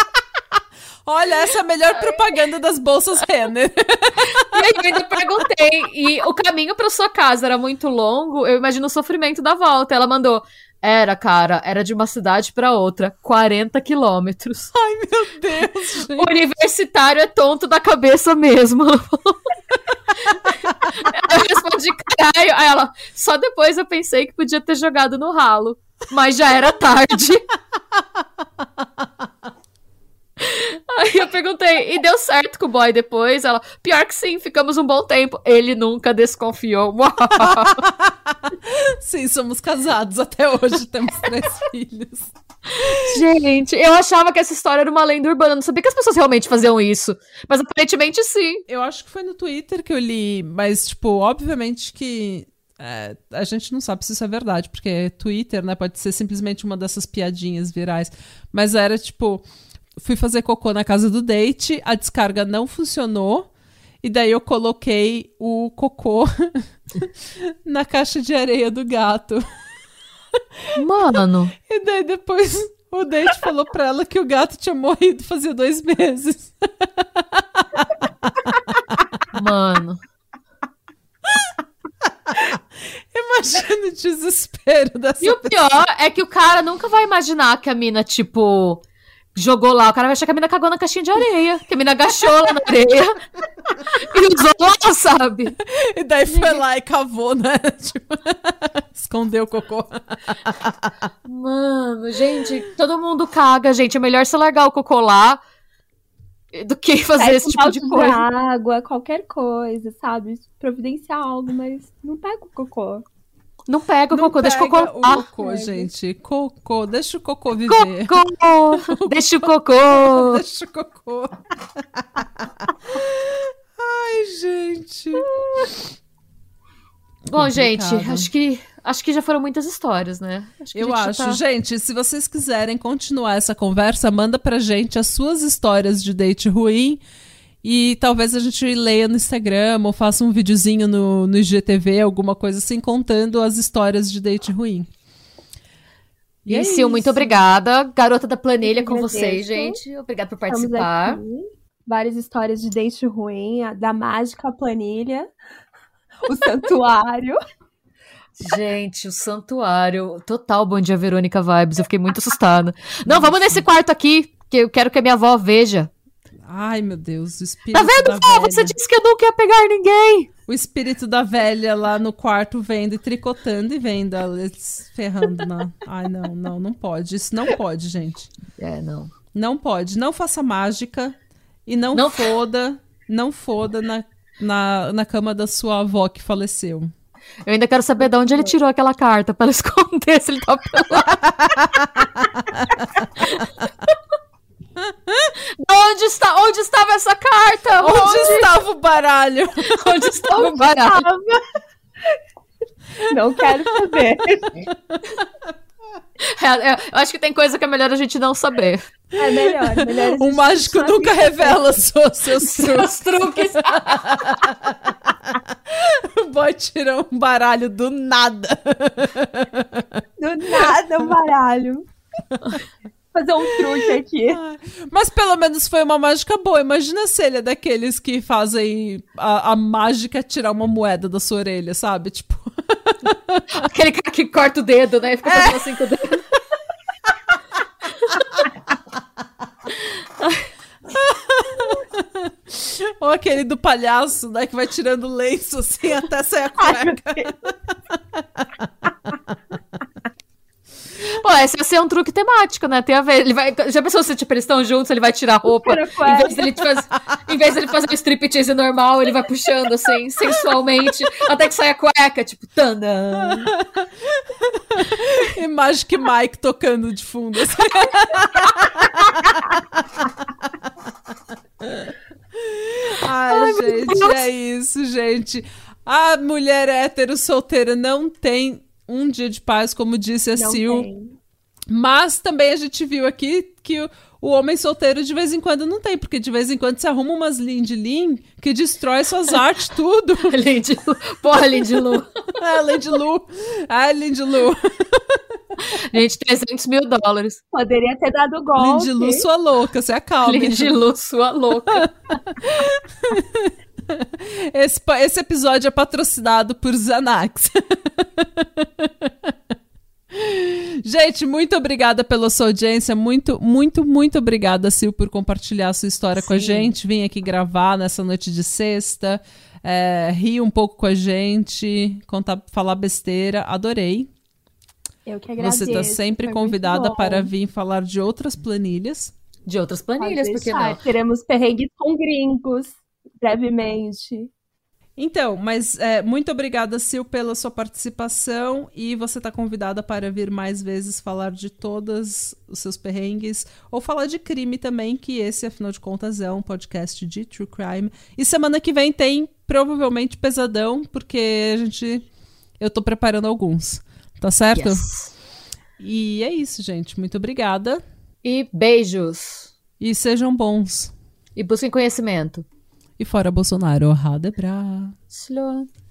Olha, essa é a melhor propaganda das bolsas Renner. E aí eu ainda perguntei, e o caminho pra sua casa era muito longo, eu imagino o sofrimento da volta. Ela mandou, era de uma cidade pra outra, 40 quilômetros. Ai, meu Deus, gente. O universitário é tonto da cabeça mesmo. Eu respondi, caralho. Aí ela, só depois eu pensei que podia ter jogado no ralo, mas já era tarde. Aí eu perguntei, e deu certo com o boy depois? Ela, pior que sim, ficamos um bom tempo. Ele nunca desconfiou. Sim, somos casados até hoje, temos 3 filhos. Gente, eu achava que essa história era uma lenda urbana, não sabia que as pessoas realmente faziam isso. Mas aparentemente sim. Eu acho que foi no Twitter que eu li, mas, tipo, obviamente que a gente não sabe se isso é verdade, porque Twitter, né, pode ser simplesmente uma dessas piadinhas virais. Mas era, tipo, fui fazer cocô na casa do date, a descarga não funcionou, e daí eu coloquei o cocô na caixa de areia do gato. Mano. E daí depois o date falou pra ela que o gato tinha morrido fazia 2 meses. Mano. Imagina o desespero dessa E o pior é que o cara nunca vai imaginar que a mina, tipo, jogou lá. O cara vai achar que a mina cagou na caixinha de areia. Que a mina agachou lá na areia. E usou lá, sabe? E daí foi lá e cavou, né? Tipo, escondeu o cocô. Mano, gente, todo mundo caga, gente. É melhor você largar o cocô lá do que fazer esse tipo de coisa. Água, qualquer coisa, sabe? Providenciar algo, mas não pega o cocô. Não pega o cocô, deixa o cocô. Cocô, gente. Cocô, deixa o cocô viver. Cocô! Deixa o cocô. Deixa o cocô. Ai, gente. Bom, gente, acho que já foram muitas histórias, né? Gente, se vocês quiserem continuar essa conversa, manda pra gente as suas histórias de date ruim e talvez a gente leia no Instagram ou faça um videozinho no IGTV, alguma coisa assim, contando as histórias de date ruim. E Sil, muito obrigada. Garota da planilha com vocês, gente. Obrigada por participar. Várias histórias de date ruim, da mágica planilha. O santuário. Gente, o santuário. Total Bom Dia Verônica vibes. Eu fiquei muito assustada. Não, vamos nesse quarto aqui, que eu quero que a minha avó veja. Ai, meu Deus, o espírito tá vendo, da vó? velha. Você disse que eu não ia pegar ninguém. O espírito da velha lá no quarto vendo e tricotando e vendo eles ferrando. Ai, não pode. Isso não pode, gente. Não. Não pode. Não faça mágica e não foda na cama da sua avó que faleceu. Eu ainda quero saber de onde ele tirou aquela carta pra ela esconder se ele tá pelado. Onde estava essa carta? Onde estava o baralho? Onde estava o baralho? Não quero saber. Eu acho que tem coisa que é melhor a gente não saber. É melhor. O mágico nunca revela seus truques. O boy tirou um baralho do nada. Do nada um baralho. Fazer um truque aqui. Mas pelo menos foi uma mágica boa. Imagina se ele é daqueles que fazem a mágica tirar uma moeda da sua orelha, sabe? Tipo... Aquele cara que corta o dedo, né? Fica fazendo assim com o dedo. Ou aquele do palhaço, né? Que vai tirando lenço assim até sair a cueca. Pô, esse ia ser um truque temático, né? Tem a ver. Já pensou se tipo, eles estão juntos, ele vai tirar a roupa. Em vez dele fazer um striptease normal, ele vai puxando assim, sensualmente, até que sai a cueca, tipo, tandã. E Magic Mike tocando de fundo. Assim. Ai, gente, é isso, gente. A mulher hétero solteira não tem um dia de paz, como disse a Sil. Mas também a gente viu aqui que o homem solteiro de vez em quando não tem, porque de vez em quando você arruma umas Lindy que destrói suas artes, tudo. Porra, Lindy Lu. Lindy Lu. Gente, $300 mil. Poderia ter dado golpe. Lindy Lu, sua louca, você acalma. Lindy Lu, sua louca. Esse episódio é patrocinado por Xanax. Gente, muito obrigada pela sua audiência. Muito, muito, muito obrigada, Sil, por compartilhar a sua história com a gente. Vim aqui gravar nessa noite de sexta, rir um pouco com a gente, falar besteira. Adorei. Eu que agradeço. Você está sempre convidada para vir falar de outras planilhas. De outras planilhas, por que não? Teremos perrengues com gringos, brevemente. Então, mas muito obrigada, Sil, pela sua participação, e você está convidada para vir mais vezes falar de todos os seus perrengues, ou falar de crime também, que esse, afinal de contas, é um podcast de True Crime. E semana que vem tem, provavelmente, Pesadão, porque eu tô preparando alguns, tá certo? Yes. E é isso, gente. Muito obrigada. E beijos. E sejam bons. E busquem conhecimento. E fora Bolsonaro, Radebra. Slå.